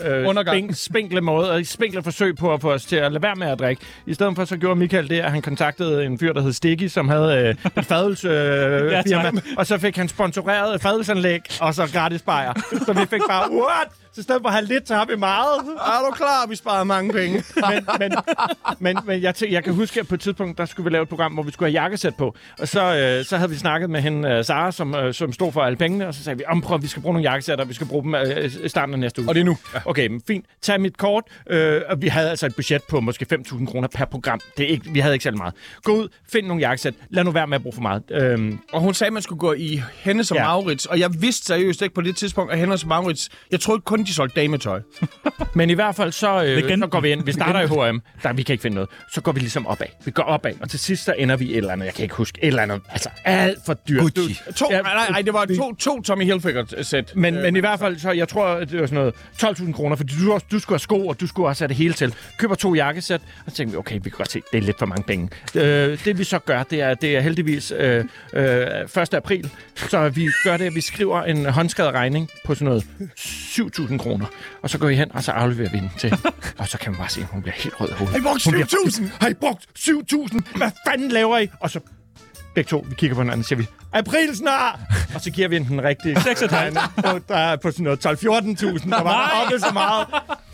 spinkle måde, og spinkle forsøg på at få os til at lade være med at drikke. I stedet for så gjorde Michael det, at han kontaktede en fyr, der hed Sticky, som havde et fadelsfirma, og så fik han sponsoreret et fadelsanlæg, og så gratis bajer. Så vi fik bare, what? Så i stedet for at have lidt, så har vi meget. Er du klar, vi sparede mange penge? men jeg kan huske, at på et tidspunkt, der skulle vi lave et program, hvor vi skulle have jakkesæt på. Og så havde vi snakket med hende, Sara, som stod for alle pengene, og så sagde vi, prøv, vi skal bruge nogle jakkesætter, vi skal bruge dem i starten af næste uge. Og det er nu. Ja. Okay, men fint. Tag mit kort. Og vi havde altså et budget på måske 5.000 kroner per program. Vi havde ikke særlig meget. Gå ud, find nogle jakkesæt. Lad nu være med at bruge for meget. Og hun sagde, at man skulle gå i Hennes og Mauritz, og jeg vidste seriøst ikke på det tidspunkt, at Hennes og Mauritz, jeg troede kun, de solgte dametøj. Men i hvert fald, så går vi ind. Vi starter i H&M. Vi kan ikke finde noget. Så går vi ligesom opad. Vi går opad, og til sidst så ender vi et eller andet. Jeg kan ikke huske. Et eller andet. Altså, alt for dyrt. Gucci. Nej, det var to Tommy Hilfiger-sæt. Men i hvert fald, så jeg tror, det var sådan noget 12.000 kroner, fordi du skulle have sko, og du skulle også have det hele til. Køber 2 jakkesæt, og så tænker vi, okay, vi kan godt se, det er lidt for mange penge. Det vi så gør, det er heldigvis 1. april, så vi gør det, at vi skriver en håndskrevet regning på sådan noget 7.000 kroner. Og så går vi hen, og så afleverer vi den til. Og så kan man bare se, at hun bliver helt rød af hovedet. Har I brugt 7.000? Har I brugt 7.000? Hvad fanden laver I? Og så begge to, vi kigger på hinanden, og siger vi, april snart! Og så giver vi den rigtige 36. Der er på sådan noget 12-14.000. Der var dobbelt så meget.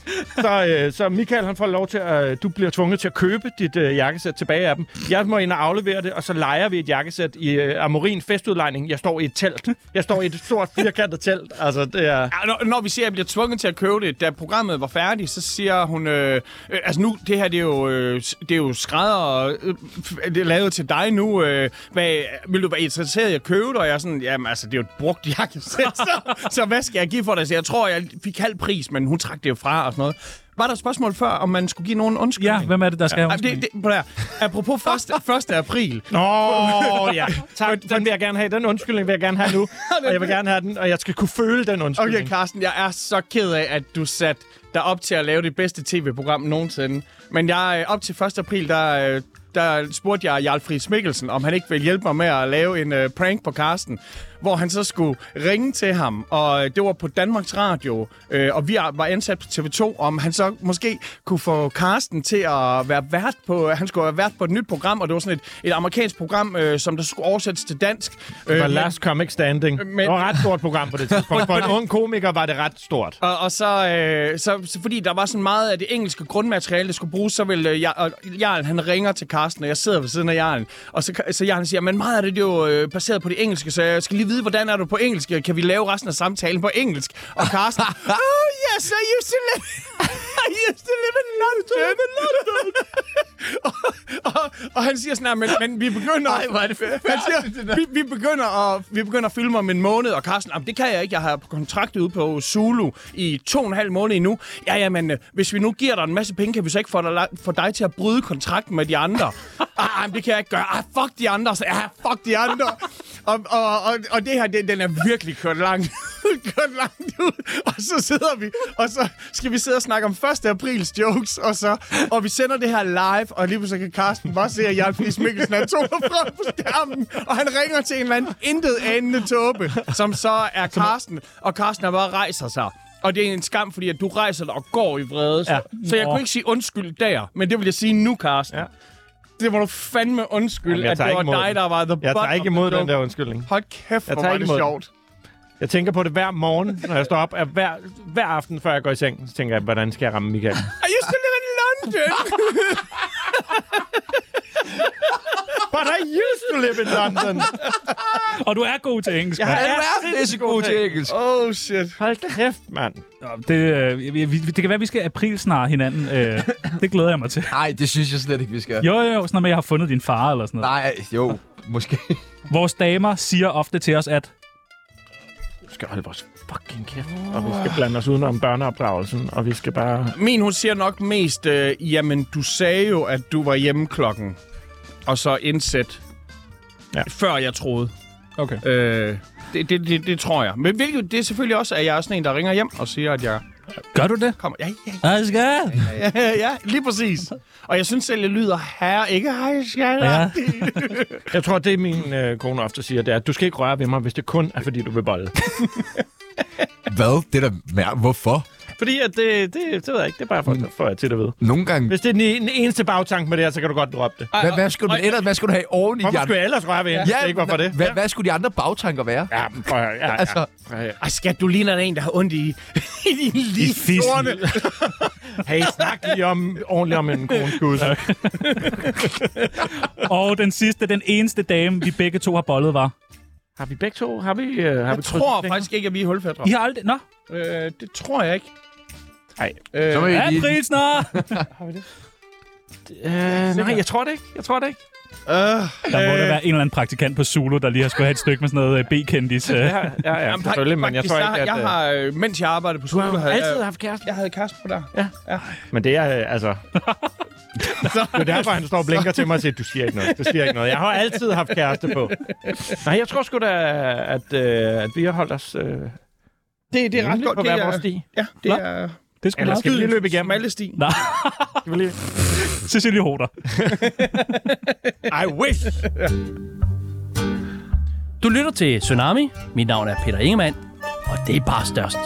Så Michael, han får lov til at... Du bliver tvunget til at købe dit jakkesæt tilbage af dem. Jeg må ind og aflevere det, og så lejer vi et jakkesæt i Amorin festudlejning. Jeg står i et telt. Jeg står i et stort firkantet telt. Altså, det er... Ja, når vi siger, at jeg bliver tvunget til at købe det, da programmet var færdigt, så siger hun... altså nu, det her, det er jo skrædder, det er lavet til dig nu. Vil du være interesseret i at købe det? Og jeg er sådan, jamen altså, det er jo et brugt jakkesæt, så hvad skal jeg give for det? Så jeg tror, jeg fik halv pris, men hun trak det jo fra og sådan noget. Var der et spørgsmål før, om man skulle give nogen undskyldning? Ja, hvem er det, der skal have undskyldning? Apropos 1. april. Nå, ja. Tak, den vil jeg gerne have. Den undskyldning vil jeg gerne have nu. Og jeg vil gerne have den, og jeg skal kunne føle den undskyldning. Okay, Carsten, jeg er så ked af, at du satte dig op til at lave det bedste tv-program nogensinde. Men jeg op til 1. april, der spurgte jeg Jarl Friis Mikkelsen, om han ikke ville hjælpe mig med at lave en prank på Carsten, hvor han så skulle ringe til ham, og det var på Danmarks Radio, og vi var ansat på TV2, om han så måske kunne få Carsten til at være vært på, han skulle være vært på et nyt program, og det var sådan et amerikansk program, som der skulle oversættes til dansk. Det var Last Comic Standing. Det var et ret stort program på det tidspunkt. For en ung komiker var det ret stort. Og så fordi der var sådan meget af det engelske grundmateriale, der skulle bruges, så ville Jarl, han ringer til Carsten, og jeg sidder ved siden af Jarl, og så Jarl siger, men meget af det er jo baseret på det engelske, så jeg skal lige vide, hvordan er du på engelsk? Kan vi lave resten af samtalen på engelsk? Og Carsten, oh yes, I used to live in London. og han siger sådan, men vi begynder... Nej, hvor er det fedt. Han siger, vi begynder at filme om en måned, og Carsten, det kan jeg ikke. Jeg har kontraktet ude på Zulu i 2,5 måneder endnu. Ja, men hvis vi nu giver dig en masse penge, kan vi så ikke få dig til at bryde kontrakten med de andre? Det kan jeg ikke gøre. Fuck de andre. Fuck de andre. Og det her, den er virkelig kørt langt ud. Og så sidder vi, og så skal vi sidde og snakke om 1. aprils jokes, og vi sender det her live, og lige pludselig kan Carsten bare se, at Jarl Friis Mikkelsen er frem på skærmen, og han ringer til en eller anden intet anende tåbe, som så er Carsten, og Carsten er bare rejser sig. Og det er en skam, fordi at du rejser dig og går i vrede. Så jeg kunne ikke sige undskyld der, men det vil jeg sige nu, Carsten. Ja. Det må du fandme undskylde, at det var dig, der var the butt. Jeg tager ikke imod den der undskyldning. Hold kæft, hvor var det sjovt. Jeg tænker på det hver morgen, når jeg står op. Hver aften, før jeg går i seng, så tænker jeg, hvordan skal jeg ramme Michael? I used to live in London. But I used to live in London. Og du er god til engelsk. Jeg er så god til engelsk. Oh, shit. Hold kæft, mand. Det kan være, at vi skal aprilsnare hinanden. Det glæder jeg mig til. Nej, det synes jeg slet ikke, vi skal. Jo, sådan noget med, at jeg har fundet din far eller sådan noget. Nej, jo, måske. Vores damer siger ofte til os, at Vi skal holde vores fucking kæft. Og vi skal blande os udenom børneopdragelsen, og vi skal bare... Min, hun siger nok mest, jamen, du sagde jo, at du var hjemme klokken. Og så indsæt, før jeg troede. Okay. Det tror jeg. Men hvilket, det er selvfølgelig også, at jeg er sådan en, der ringer hjem og siger, at jeg... Gør du det? Kommer. Ja. Jeg skal. Ja, lige præcis. Og jeg synes selv, jeg lyder herre, ikke hej, skal. Ja. Jeg tror, det min kone ofte siger, det er, at du skal ikke røre ved mig, hvis det kun er, fordi du vil bolle. Hvad? Det er da hvorfor? Fordi at det ved jeg ikke. Det er bare for at til at vide. Nogle gange... Hvis det er den eneste bagtank med det her, så kan du godt droppe det. Hvad skulle du have oven i Hvorfor skulle jeg ellers røre ved hende? Ja, ikke hvorfor det. Hvad skulle de andre bagtanker være? Ja, prøv at høre. Altså... Ej, skat, du ligner en, der har ondt i din livsorne. Hey, snak lige ordentligt om en koneskud. Og den sidste, den eneste dame, vi begge to har bollet, var... Har vi begge to? Jeg tror faktisk ikke, at vi er hulfædre. I har aldrig... Nå. Det tror jeg ikke. Nej. Så må vi lige... Aprilsnare! Har vi det? Nej, jeg tror det ikke. Der må der være en eller anden praktikant på Zulu, der lige har skulle have et stykke med sådan noget B-kendis. Ja, selvfølgelig, men jeg tror ikke, at... Jeg har, mens jeg arbejdede på Zulu, havde altid haft kæreste. Jeg havde kæreste på der. Ja. Men det er altså... Det er derfor, han står og blinker til mig og siger, du siger ikke noget. Jeg har altid haft kæreste på. Nej, jeg tror sgu da, at vi har holdt os... Det er ret godt. På hver vores sti. Ja, det er... Det skulle Eller skal vi lige løbe igennem? Smalle sti. Nej. Skal vi lige... Cecilie Hoder. I wish! Du lytter til Tsunami. Mit navn er Peter Ingemann, og det er bare størst.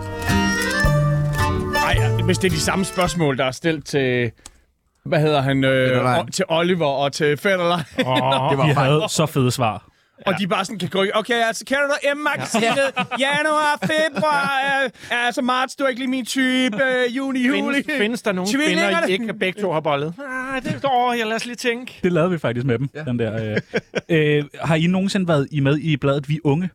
Ej, hvis det er de samme spørgsmål, der er stillet til... Hvad hedder han? Til Oliver og til Federline. Vi havde så fede svar. Og de bare sådan kan gå, okay, altså kender du M-magasinet? Januar, februar, altså marts, du er ikke lige min type, juni, juli. Findes der nogle kvinder, I ikke begge to har bollet? Jeg lad os lige tænke. Det lavede vi faktisk med dem, den der. Har I nogensinde været med i bladet Vi Unge?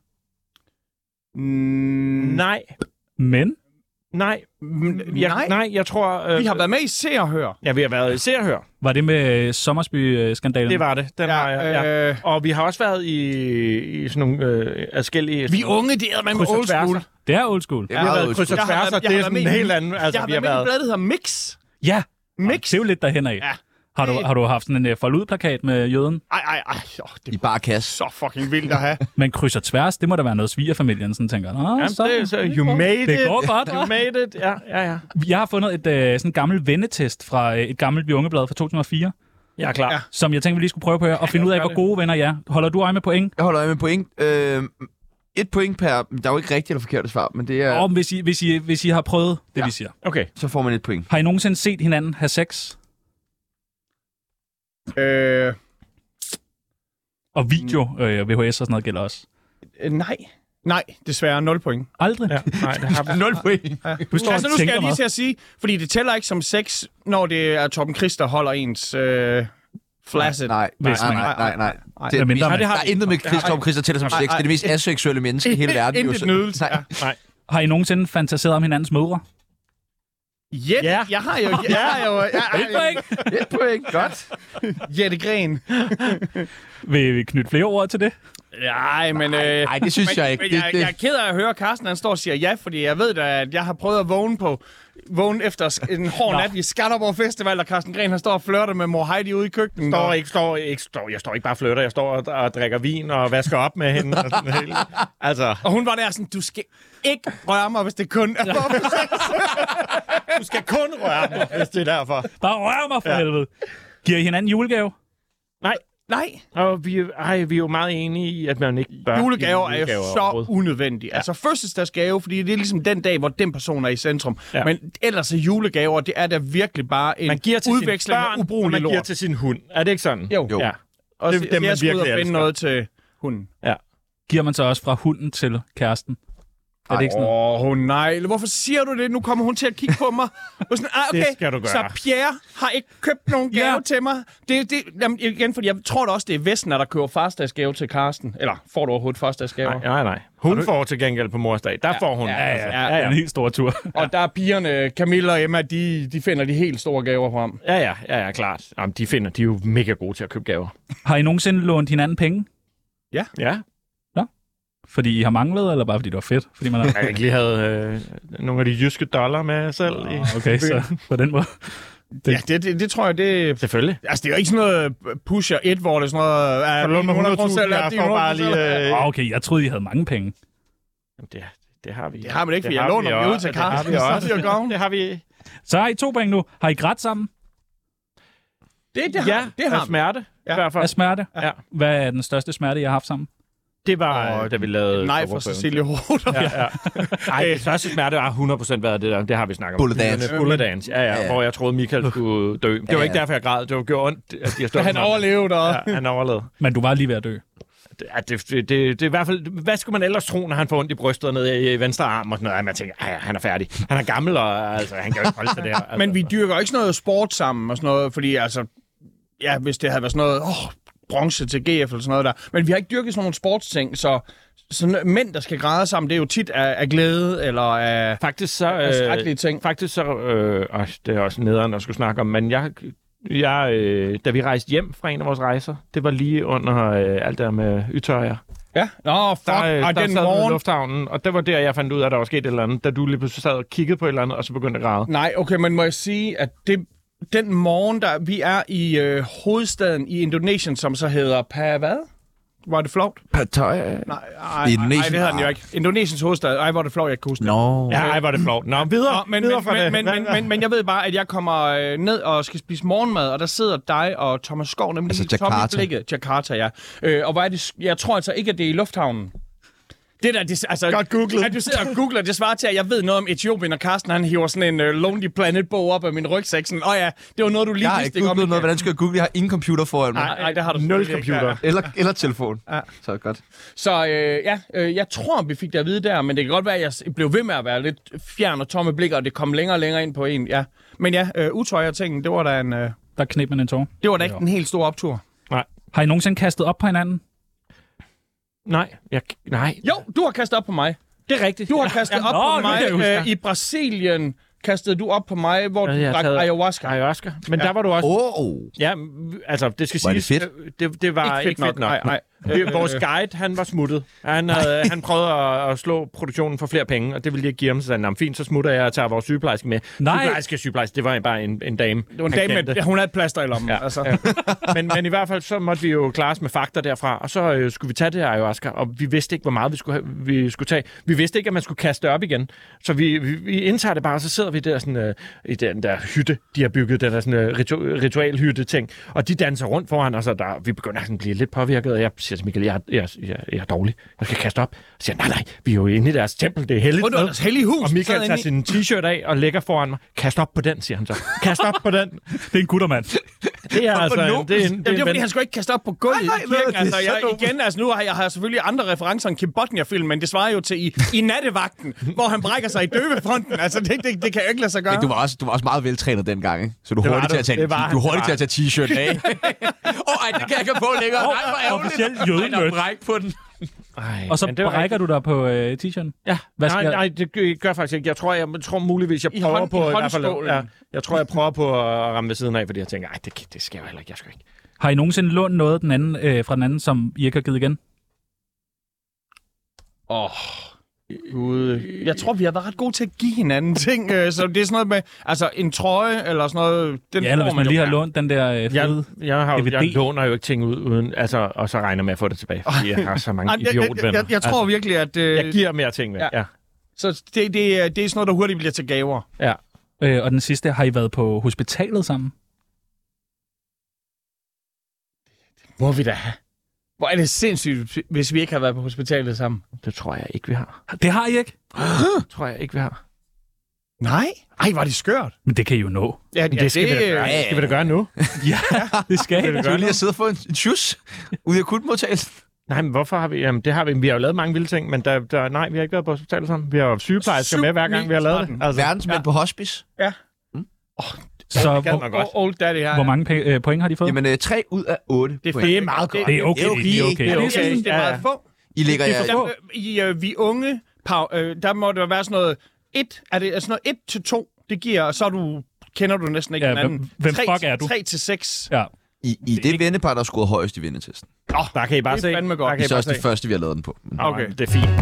Nej. Men? Nej, jeg tror... vi har været med i Se og Hør. Ja, vi har været i Se og Hør. Var det med Sommersby-skandalen? Det var det. Den var jeg. Og vi har også været i sådan nogle forskellige... Vi Unge, det er man med old school. Det er old school. Vi har været kryds og tværser, det er sådan en helt anden... Altså, jeg har været med i bladet, der hedder Mix. Ja, Mix. Det er jo lidt derhen af. Ja. Har du haft sådan en fold-ud-plakat med jøden? Ej. I bare kasse. Så fucking vildt at have. Men kryds og tværs, det må da være noget svigerfamilien, sådan tænker. You made it. Det går godt, You made it. Ja. Jeg har fundet et sådan gammel vennetest fra et gammelt Vi Unge-blad fra 2004. Jeg er klar. Ja. Som jeg tænker, vi lige skulle prøve på her, og finde ud af, hvor gode venner jeg er. Holder du øje med point? Jeg holder øje med point. 1 point per... Der er jo ikke rigtigt eller forkert svar, men det er... Hvis I har prøvet det, vi siger. Okay. Så får man 1 point. Har I nogensinde set hinanden have sex? Og video, VHS og sådan noget gælder også. Nej, desværre 0 point. Aldrig? Ja, nej, det har 0 point. Ja. Nu skal jeg lige til at sige, fordi det tæller ikke som sex, når det er Torben Chris, der holder ens flaccid. Nej. Der er intet med Torben Chris, der tæller som sex. Det er det mest aseksuelle menneske i hele verden. Intet nydelse. Nej. Har I nogensinde fantaseret om hinandens mødre? Ja, jeg har jo... 1 point. Godt. Jette Gren. Vil vi knytte flere ord til det? Nej, men... Nej, det synes jeg ikke. Jeg er ked af at høre, Carsten han står og siger ja, fordi jeg ved da, at jeg har prøvet at vågne efter en hård nat i Skanderborg Festival, og Carsten Gren han står og flirter med mor Heidi ude i køkkenet. Jeg står ikke bare og flirter, jeg står og drikker vin og vasker op med hende. Og sådan hele. Altså. Og hun var der sådan, du skal ikke røre mig, hvis det kun er for Du skal kun røre mig, hvis det er derfor. Bare rør mig for helvede. Giver I hinanden julegave? Nej. Nej. Og vi er jo meget enige i, at man ikke bør... Julegaver er jo så unødvendige. Ja. Altså fødselsdagsgave, fordi det er ligesom den dag, hvor den person er i centrum. Ja. Men ellers er julegaver, det er da virkelig bare en udveksling af ubrugelig lort. Man giver til sin hund. Er det ikke sådan? Jo. Ja. Og det er dem, jeg skulle ud og finde noget til hunden. Ja. Giver man så også fra hunden til kæresten? Er det ikke sådan? Nej. Hvorfor siger du det? Nu kommer hun til at kigge på mig. Sådan, okay, det skal du gøre. Så Pierre har ikke købt nogen gave til mig. Jamen, igen, fordi jeg tror da også, det er Vesten, der køber farsdagsgave til Karsten. Eller får du overhovedet farsdagsgave? Nej. Hun får til gengæld på morsdag. Der får hun. Ja. En helt stor tur. Og der er pigerne, Camilla og Emma, de finder de helt store gaver på ham. Ja, klart. Jamen, de er jo mega gode til at købe gaver. Har I nogensinde lånt hinanden penge? Ja. Fordi I har manglet, eller bare fordi det var fedt? Fordi man Jeg ikke lige havde nogle af de jyske dollar med selv. Okay, så på den måde. Det tror jeg, det... Selvfølgelig. Altså, det er jo ikke sådan noget pusher 1, hvor det er sådan noget... For lån med 100.000, jeg får bare lige... Okay, jeg troede, I havde mange penge. Det har vi. Det har man ikke, fordi jeg låner dem ud til Karsten. Det har vi. Så har I 2 point nu. Har I grædt sammen? Det har smerte. I hvert fald. Af smerte? Ja. Hvad er den største smerte, I har haft sammen? Det var, da vi lavede... Nej, for Cecilie Roder. Ja. Ej, det største smerte har 100% været det der. Det har vi snakket om. Bullet dance. Ja. Hvor jeg troede, Michael skulle dø. Det var ikke derfor, jeg græd. Det var gjort ondt, at de har stået. Han overlevede. Ja, han overlevede. Men du var lige ved at dø. Det er i hvert fald... Hvad skulle man ellers tro, når han får ondt i brystet nede i venstre arm og sådan noget? Man tænker, han er færdig. Han er gammel, og altså, han kan jo ikke holde sig der. Altså. Men vi dyrker ikke sådan noget sport sammen og sådan noget, fordi altså... Ja, hvis det havde været sådan noget... bronze til GF eller sådan noget der. Men vi har ikke dyrket sådan nogle sportsting, så mænd, der skal græde sammen, det er jo tit af glæde eller af skrækkelige ting. Faktisk så... det er også nederen at skulle snakke om, men jeg, da vi rejste hjem fra en af vores rejser, det var lige under alt der med Utøya. Ja? Nå, fuck. Der sad vi i lufthavnen, og det var der, jeg fandt ud af, at der var sket et eller andet, da du lige pludselig sad og kiggede på et eller andet, og så begyndte at græde. Nej, okay, men må jeg sige, at den morgen, der vi er i hovedstaden i Indonesien, som så hedder hvad? Var det flovt? Pattaya? Nej, det hedder den jo ikke. Indonesiens hovedstad. Ej, hvor er det flovt, jeg kan huske det. Ja, hvor er det flovt. Nå, videre. Men jeg ved bare, at jeg kommer ned og skal spise morgenmad, og der sidder dig og Thomas Skov, nemlig altså Jakarta. Jakarta, ja. Og hvor er det, jeg tror altså ikke, at det er i lufthavnen. Det der, altså, godt googlet. At du sidder og googler, det svarer til, at jeg ved noget om Etiopien, og Karsten, han hiver sådan en Lonely Planet-bog op af min rygsæk. Sådan, det var noget, du lige vidste ikke om. Jeg har ikke googlet noget. Hvordan skal jeg google? Jeg har ingen computer foran mig. Nej, det har du 0 computer. Eller telefon. Ja. Så godt. Så jeg tror, vi fik det at vide der, men det kan godt være, at jeg blev ved med at være lidt fjern og tomme blikker, og det kom længere og længere ind på en. Ja. Men Utøya ting, det var da en... Der knep man en tår. Det var da ikke en helt stor optur. Nej. Har I nogensinde kastet op på hinanden? Nej. Jo, du har kastet op på mig. Det er rigtigt. Du har kastet op på mig i Brasilien. Kastede du op på mig, hvor du drak ayahuasca. Men der var du også... Ja, altså, det skal siges... Det var ikke fedt nok. Nej. Vores guide, han var smuttet. Han prøvede at slå produktionen for flere penge, og det ville de ikke give ham. Så sagde han, fint, så smutter jeg og tager vores sygeplejerske med. Sygeplejerske, det var bare en dame. Det var en dame, hun havde et plaster i lommen. Ja. Altså. Men i hvert fald, så måtte vi jo klare os med fakta derfra, og så skulle vi tage det her ayahuasca, og vi vidste ikke, hvor meget vi skulle tage. Vi vidste ikke, at man skulle kaste det op igen. Så vi indtager det bare, og så sidder vi der sådan, i den der hytte, de har bygget, den der sådan ritualhytte-ting, og de danser rundt foran os, og vi begynder at blive lidt påvirket, og jeg siger til Michael, jeg er dårlig. Jeg skal kaste op. Så siger nej, vi er jo inde i deres tempel. Det er helligt. Det er deres hellige hus. Og Michael tager sin t-shirt af og lægger foran mig. Kast op på den, siger han så. Kast op på den. Det er en guttermand. Det er altså... Det er fordi, han skulle ikke kaste op på gulvet i kirken. Nu har jeg selvfølgelig andre referencer end Kim Bodnia-film, men det svarer jo til i nattevagten, hvor han brækker sig i døbefronten. Altså, det kan jeg ikke lade sig gøre. Men du var også meget veltrænet dengang, ikke? Så du er hurtigt til at tage t-shirt af. Det kan jeg ikke på længere. Officielt jødemødt. på den. Og så brækker du dig på t-shirten? Ja. Nej, det gør jeg faktisk ikke. Jeg tror muligvis, jeg prøver på... Jeg tror, jeg prøver på at ramme ved siden af, fordi jeg tænker, det skal jeg heller ikke. Jeg skal ikke. Har I nogensinde lånt noget fra den anden, som I ikke har givet igen? Gud. Jeg tror, vi har været ret gode til at give hinanden ting. Så det er sådan noget med, altså en trøje eller sådan noget. Eller hvis man lige har lånt den der fede jeg låner jo ikke ting ud uden, altså, og så regner med at få det tilbage, fordi jeg har så mange idiotvenner. Jeg tror virkelig, at... jeg giver mere ting med, ja. Så det er sådan noget, der hurtigt bliver til gaver. Ja. Og den sidste, har I været på hospitalet sammen? Må vi da have. Hvor er det sindssygt, hvis vi ikke har været på hospitalet sammen. Det tror jeg ikke, vi har. Det har I ikke? tror jeg ikke, vi har. Nej? Ej, var det skørt. Men det kan I jo nå. Ja, det skal vi da gøre. Skal vi da gøre nu? Ja, det skal I. Du vil lige sidde og få en tjus ude i akutmodtagelsen. Nej, men hvorfor har vi... Jamen, det har vi. Vi har jo lavet mange vilde ting, men nej, vi har ikke været på hospitalet sammen. Vi har jo sygeplejersker med, hver gang vi har lavet det. Altså, verdensmænd på hospice. Ja. Så old daddy her. Hvor mange point har de fået? Jamen, 3 ud af 8 det point. Det er meget godt. Det er okay. Det er meget få. I ligger vi unge, der må det være sådan noget 1, er det sådan noget 1-2, det giver, og så kender du næsten ikke hinanden. Hvem fuck er du? 3-6. Ja. I det vennepar, der scorede højst i vennetesten. Der kan I bare se. Det er fandme godt. Det er også det første, vi har lavet den på. Okay. Det er fint. Der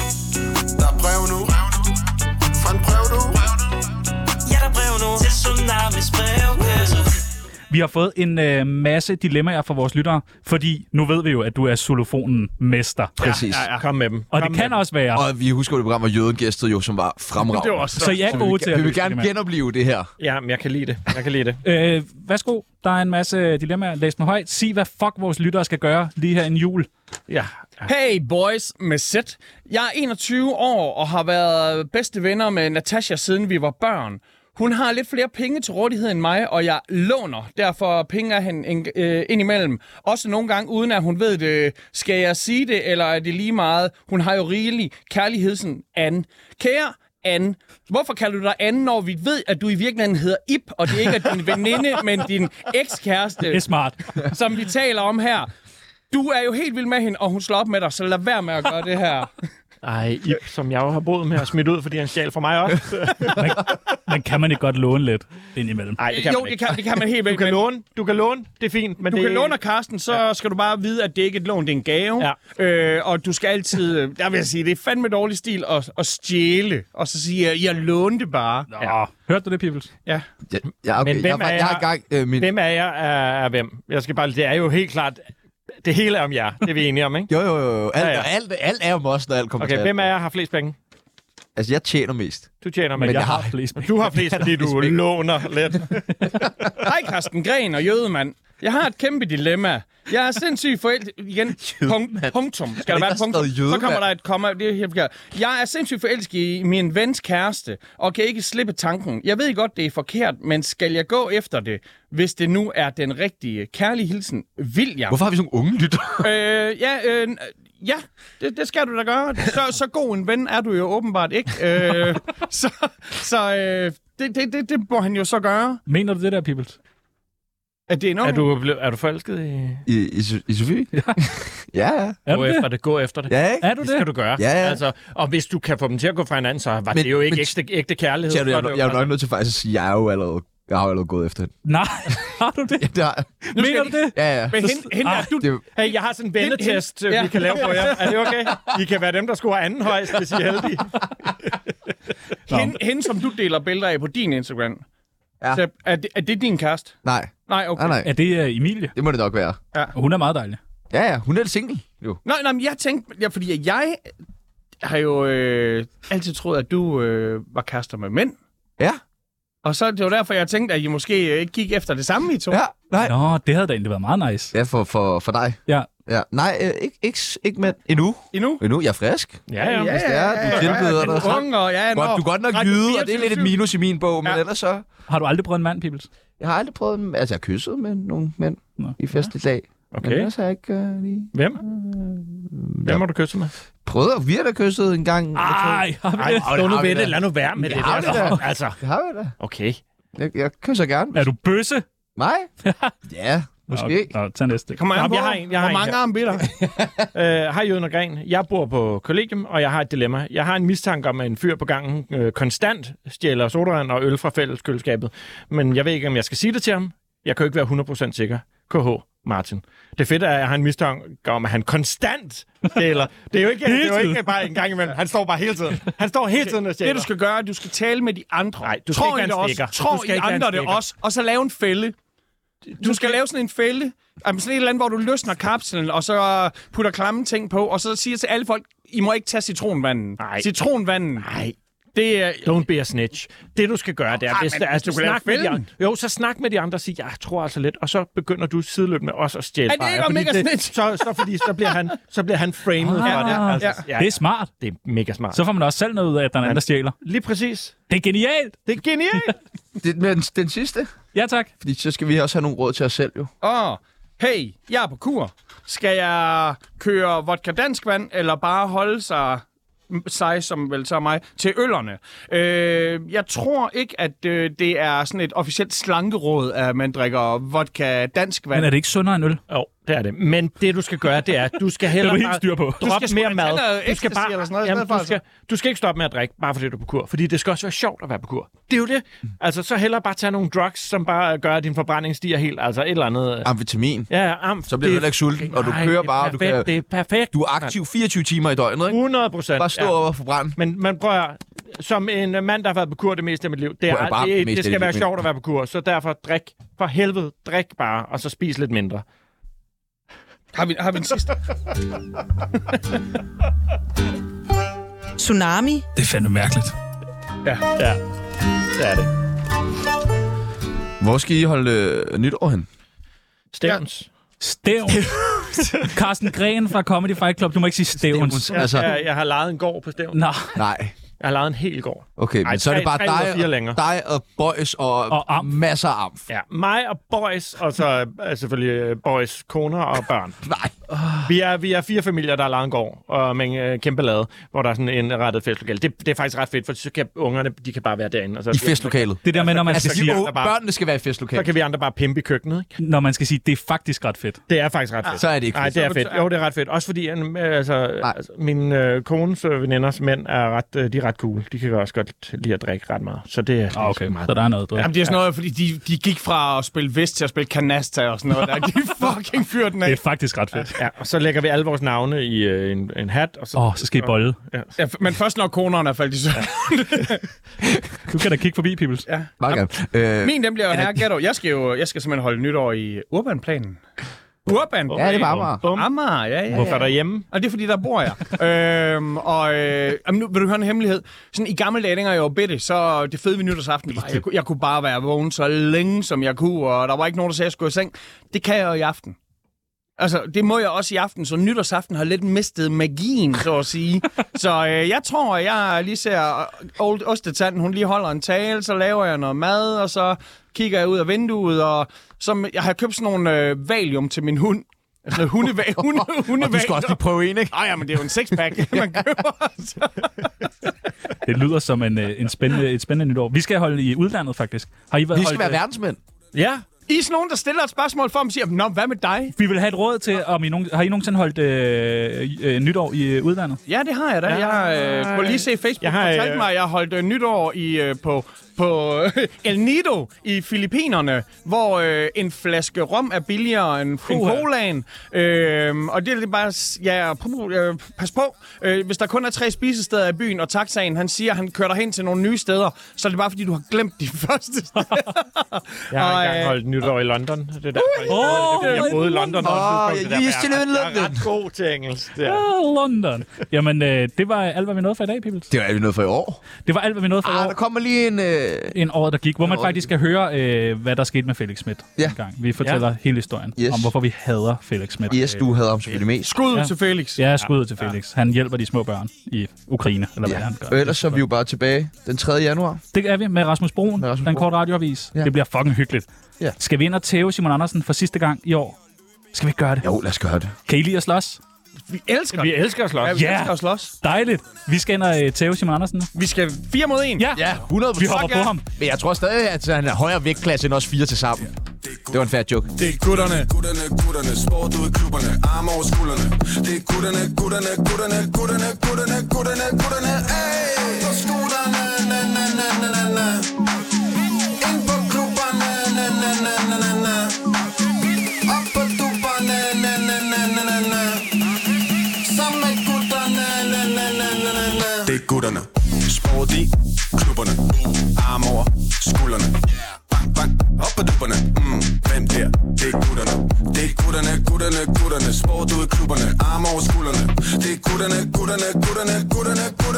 er brev nu. Fra en brev nu. Ja, der er brev nu til Tsunamis brevkasse. Vi har fået en masse dilemmaer fra vores lyttere, fordi nu ved vi jo, at du er xylofonen-mester. Præcis. Ja. Kom med dem. Og det kan også være... Og vi husker det program, hvor Jøden gæstede jo, som var fremragende. Så I er gode til at vi vil gerne genopleve det her. Ja, men jeg kan lide det. Værsgo, der er en masse dilemmaer. Læs mig højt. Sig, hvad fuck vores lyttere skal gøre lige her en jul. Ja. Hey boys med Z. Jeg er 21 år og har været bedste venner med Natasha, siden vi var børn. Hun har lidt flere penge til rådighed end mig, og jeg låner derfor penge af hende indimellem. Også nogle gange, uden at hun ved det. Skal jeg sige det, eller er det lige meget? Hun har jo rigelig kærligheden Anne. Kære Anne, hvorfor kalder du dig Anne, når vi ved, at du i virkeligheden hedder Ip, og det ikke er din veninde, men din ekskæreste? Det er smart. Som vi taler om her. Du er jo helt vild med hende, og hun slår op med dig, så lad være med at gøre det her. Ej, Ip, som jeg jo har boet med og smidt ud, fordi han stjal fra mig også. Men kan man ikke godt låne lidt indimellem? Nej, det kan man ikke. Det kan man helt væk. Du kan låne, det er fint. Men du kan låne af Karsten, så skal du bare vide, at det ikke er et lån, det er en gave. Ja. Og du skal altid, der vil jeg sige, det er fandme dårlig stil at stjæle, og så sige, jeg lånte bare. Ja. Hørte du det, Peoples? Ja. Ja, okay. Men hvem hvem af jer er hvem? Jeg skal bare, det er jo helt klart... Det hele er om jer, det er vi enige om, ikke? Jo. Alt er om os, når alt kommer til. Okay, hvem af jer har flest penge? Altså, jeg tjener mest. Du tjener men jeg har flest penge. Du har flest, fordi du låner lidt. Hej, Karsten Gren og Jødemand. Jeg har et kæmpe dilemma. Jeg er sindssygt forelsket... Igen, punktum. Skal der være et punktum? Så kommer der et komma. Jeg er sindssygt forelsket i min vens kæreste, og kan ikke slippe tanken. Jeg ved godt, det er forkert, men skal jeg gå efter det, hvis det nu er den rigtige? Kærlig hilsen, William. Hvorfor har vi sådan nogle unge lytter? Ja, det skal du da gøre. Så god en ven er du jo åbenbart ikke. Det må han jo så gøre. Mener du det der, Peoples? At det er du forelsket i Sofie? Ja. Gå efter det. Ja, er du det? Det skal du gøre. Ja. Altså, og hvis du kan få dem til at gå fra hinanden, så var det jo ikke ægte kærlighed. Jeg er nok nødt til faktisk at sige, at jeg har jo allerede gået efter det. Nej, har du det? Ja, det har jeg. Mener du det? Ja. Men hey, jeg har sådan en vennetest, vi kan lave på jer. Er det okay? I kan være dem, der scorer anden højst, hvis I er heldige. Hende, som du deler billeder af på din Instagram. Ja. Så er det din kæreste? Nej. Nej, okay. Nej. Er det Emilie? Det må det nok være. Ja. Og hun er meget dejlig. Ja, hun er single, jo. Nej, men jeg tænkte... fordi jeg har jo altid troet, at du var kærester med mænd. Ja. Og så det var derfor, jeg tænkte, at I måske ikke gik efter det samme, I to. Ja, nej. Nå, det havde da egentlig været meget nice. Ja, for dig. Ja. Nej, ikke med endnu. Endnu? Jeg er frisk. Ja. Hvis det er, du tilbyder dig. Du er godt nok jyde, og det er lidt et minus i min bog, men ellers så... Har du aldrig prøvet en mand, Peoples? Jeg har aldrig prøvet... Altså, jeg har kysset med nogle mænd i festlig dag. Okay. Men ellers har jeg ikke lige... Hvem? Hvem har du kysset med? Prøvede at vi har da kysset en gang. Ej, har vi det? Stå nu ved det. Lad nu være med det der. Altså. Det har vi da. Okay. Jeg kysser gerne. Er du bøsse? Nej. Ja, måske ikke. Nå, tag næste. Kom an på, jeg har hvor mange armbitter. Hej Jøden og Gren. Jeg bor på kollegium, og jeg har et dilemma. Jeg har en mistanke om, at en fyr på gangen konstant stjæler sodavand og øl fra fælleskøleskabet. Men jeg ved ikke, om jeg skal sige det til ham. Jeg kan jo ikke være 100% sikker. KH Martin. Det fedt er, at jeg har en mistanke om, at han konstant stjæler. Det er jo ikke bare en gang imellem. Han står bare hele tiden. Han står hele tiden og stjæler. Det du skal gøre, er, at du skal tale med de andre. Nej, du skal ikke være en stikker. Tror I andre det også, og så lave en fælde. Du skal lave sådan en fælde, sådan et eller andet, hvor du løsner kapslen, og så putter klamme ting på, og så siger til alle folk, I må ikke tage citronvanden. Nej. Citronvanden. Nej. Det er... Don't be a snitch. Det, du skal gøre, det er... Så snak med de andre og sige, jeg tror altså lidt, og så begynder du sideløbende med os at stjæle bajer. Er det ikke mega snitch? Så bliver han framed for det. Altså, det er smart. Det er mega smart. Så får man også selv noget ud af, at der er en anden, der stjæler. Lige præcis. Det er genialt. Det er genialt. Men den sidste? Ja, tak. Fordi så skal vi også have nogle råd til os selv, jo. Hey, jeg er på kur. Skal jeg køre vodka dansk vand, eller bare holde sig, som vel så mig, til øllerne? Jeg tror ikke, at det er sådan et officielt slankeråd, at man drikker vodka dansk vand. Men er det ikke sundere end øl? Jo, det er det. Men det, du skal gøre, det er, at du skal hellere droppe mere mad. Du skal ikke stoppe med at drikke, bare fordi du er på kur. Fordi det skal også være sjovt at være på kur. Det er jo det. Altså, så hellere bare tage nogle drugs, som bare gør, at din forbrænding stiger helt. Altså et eller andet... Amfetamin. Ja, så bliver du heller ikke sulten, og du kører bare... Det er perfekt. Du er aktiv 24 timer i døgnet, ikke? 100%. Bare stå og forbrænde. Men man prøver... Som en mand, der har været på kur det meste af mit liv, det skal være sjovt at være på kur. Så derfor drik. For helvede, drik bare, og så spis lidt mindre. Har vi en sidste? Tsunami. Det er fandme mærkeligt. Ja, det er det. Hvor skal I holde nytår hen? Stævns. Carsten Gren fra Comedy Fight Club. Du må ikke sige Stævns. Altså, jeg har lejet en gård på Stævns. Nej. Jeg har lavet en hel gård. Okay, men så er det bare dig og Boys og masser af amf. Ja, mig og Boys, og så selvfølgelig Boys koner og børn. Nej. Vi er 4 familier, der har lavet en gård og med en kæmpe lade, hvor der er sådan en rettet festlokale. Det er faktisk ret fedt, for så kan ungerne, de kan bare være derinde. Og så i festlokalet? Det der med, når man skal sige... Børnene skal være i festlokalet. Så kan vi andre bare pimpe i køkkenet, ikke? Når man skal sige, det er faktisk ret fedt. Det er faktisk ret fedt. Så er det ikke fedt. Nej, det er fedt. Jo, det er ret fedt. Også fordi min kones veninders mænd er de er ret cool. De kan også godt lide at drikke ret meget. Så det er okay. Så der er noget. Jamen, det er sådan noget, fordi de gik fra at spille vest til at spille kanasta og sådan noget. Der. De fucking fyrer den af. Det er faktisk ret fedt. Ja, og så lægger vi alle vores navne i en hat. Og så skal I bolle. Ja, men først når konerne er faldet i søvn. Du kan da kigge forbi, Peoples. Ja. Min dem bliver jo her ghetto. Jeg skal simpelthen holde nytår i Urbanplanen. Urban? Ja, det var Amager. Ja. Hvorfor er der hjemme? Og det er fordi, der bor jeg. Nu vil du høre en hemmelighed. Sådan i gamle dage, dengang jeg var bitte, så det fede ved nytårsaften, jeg kunne bare være vågen så længe, som jeg kunne, og der var ikke nogen, der sagde, at jeg skulle i seng. Det kan jeg jo i aften. Altså, det må jeg også i aften, så nytårsaften har lidt mistet magien, så at sige. Så jeg tror, jeg lige ser Old Ostetanden, hun lige holder en tale, så laver jeg noget mad, og så kigger jeg ud af vinduet, og så jeg har købt sådan nogle Valium til min hund. Altså hundevalium. Og du skal også lige prøve en, ikke? Nej, men det er jo en sixpack, man køber. Det lyder som et spændende nytår. Vi skal holde i udlandet, faktisk. Vi skal være verdensmænd. Ja. I er sådan nogen, der stiller et spørgsmål for dem og siger, nå, hvad med dig? Vi vil have et råd til, om har I nogensinde holdt nytår i udlandet? Ja, det har jeg da. Jeg kunne lige se Facebook fortalte mig, at jeg har holdt nytår på El Nido i Filippinerne, hvor en flaske rom er billigere end colaen. Og det er bare, pas på, hvis der kun er 3 spisesteder i byen, og taxaen, han siger, han kører dig hen til nogle nye steder, så er det bare, fordi du har glemt de første steder. Jeg har engang holdt nytår i London. Det er derfor, jeg boede i London. Jeg er ret god til engelsk. London. Jamen, det var alt, hvad vi nåede for i dag, Peoples. Det var alt, vi nåede for i år. Det var alt, hvad vi nåede for i år. Der kommer lige en år, der gik, hvor man faktisk skal høre, hvad der skete med Felix Schmidt en gang. Vi fortæller hele historien om, hvorfor vi hader Felix Schmidt. Yes, du hader ham selvfølgelig mest. Skud til Felix. Ja, skud til Felix. Han hjælper de små børn i Ukraine, eller hvad han gør. Og ellers så er vi jo bare tilbage den 3. januar. Det er vi med Rasmus Broen, den korte radioavis. Ja. Det bliver fucking hyggeligt. Ja. Skal vi ind og tæve Simon Andersen for sidste gang i år? Skal vi ikke gøre det? Jo, lad os gøre det. Kan I lide at slås? Vi elsker at slås. Ja, vi elsker at slås. Dejligt. Vi skal ind og tæve Simon Andersen. Vi skal 4 mod 1. Ja, 100%. Vi hopper på ham. Men jeg tror stadig, at han er højere vægtklasse end os 4 til sammen. Det var en færdig joke. Det er gutterne. Sport ud i klubberne, arme over skuldrene. Det er gutterne. Ey, på skuldrene, na. Ind på klubberne, na. Op på dupperne, na. Sammen med gutterne, na. Det er gutterne. Sport i klubberne, arme over skuldrene. Bang, op på dupperne, hvem der? Det er gutterne. Det er gutterne. Sport ud i klubberne, arme over skuldrene. Det er gutterne.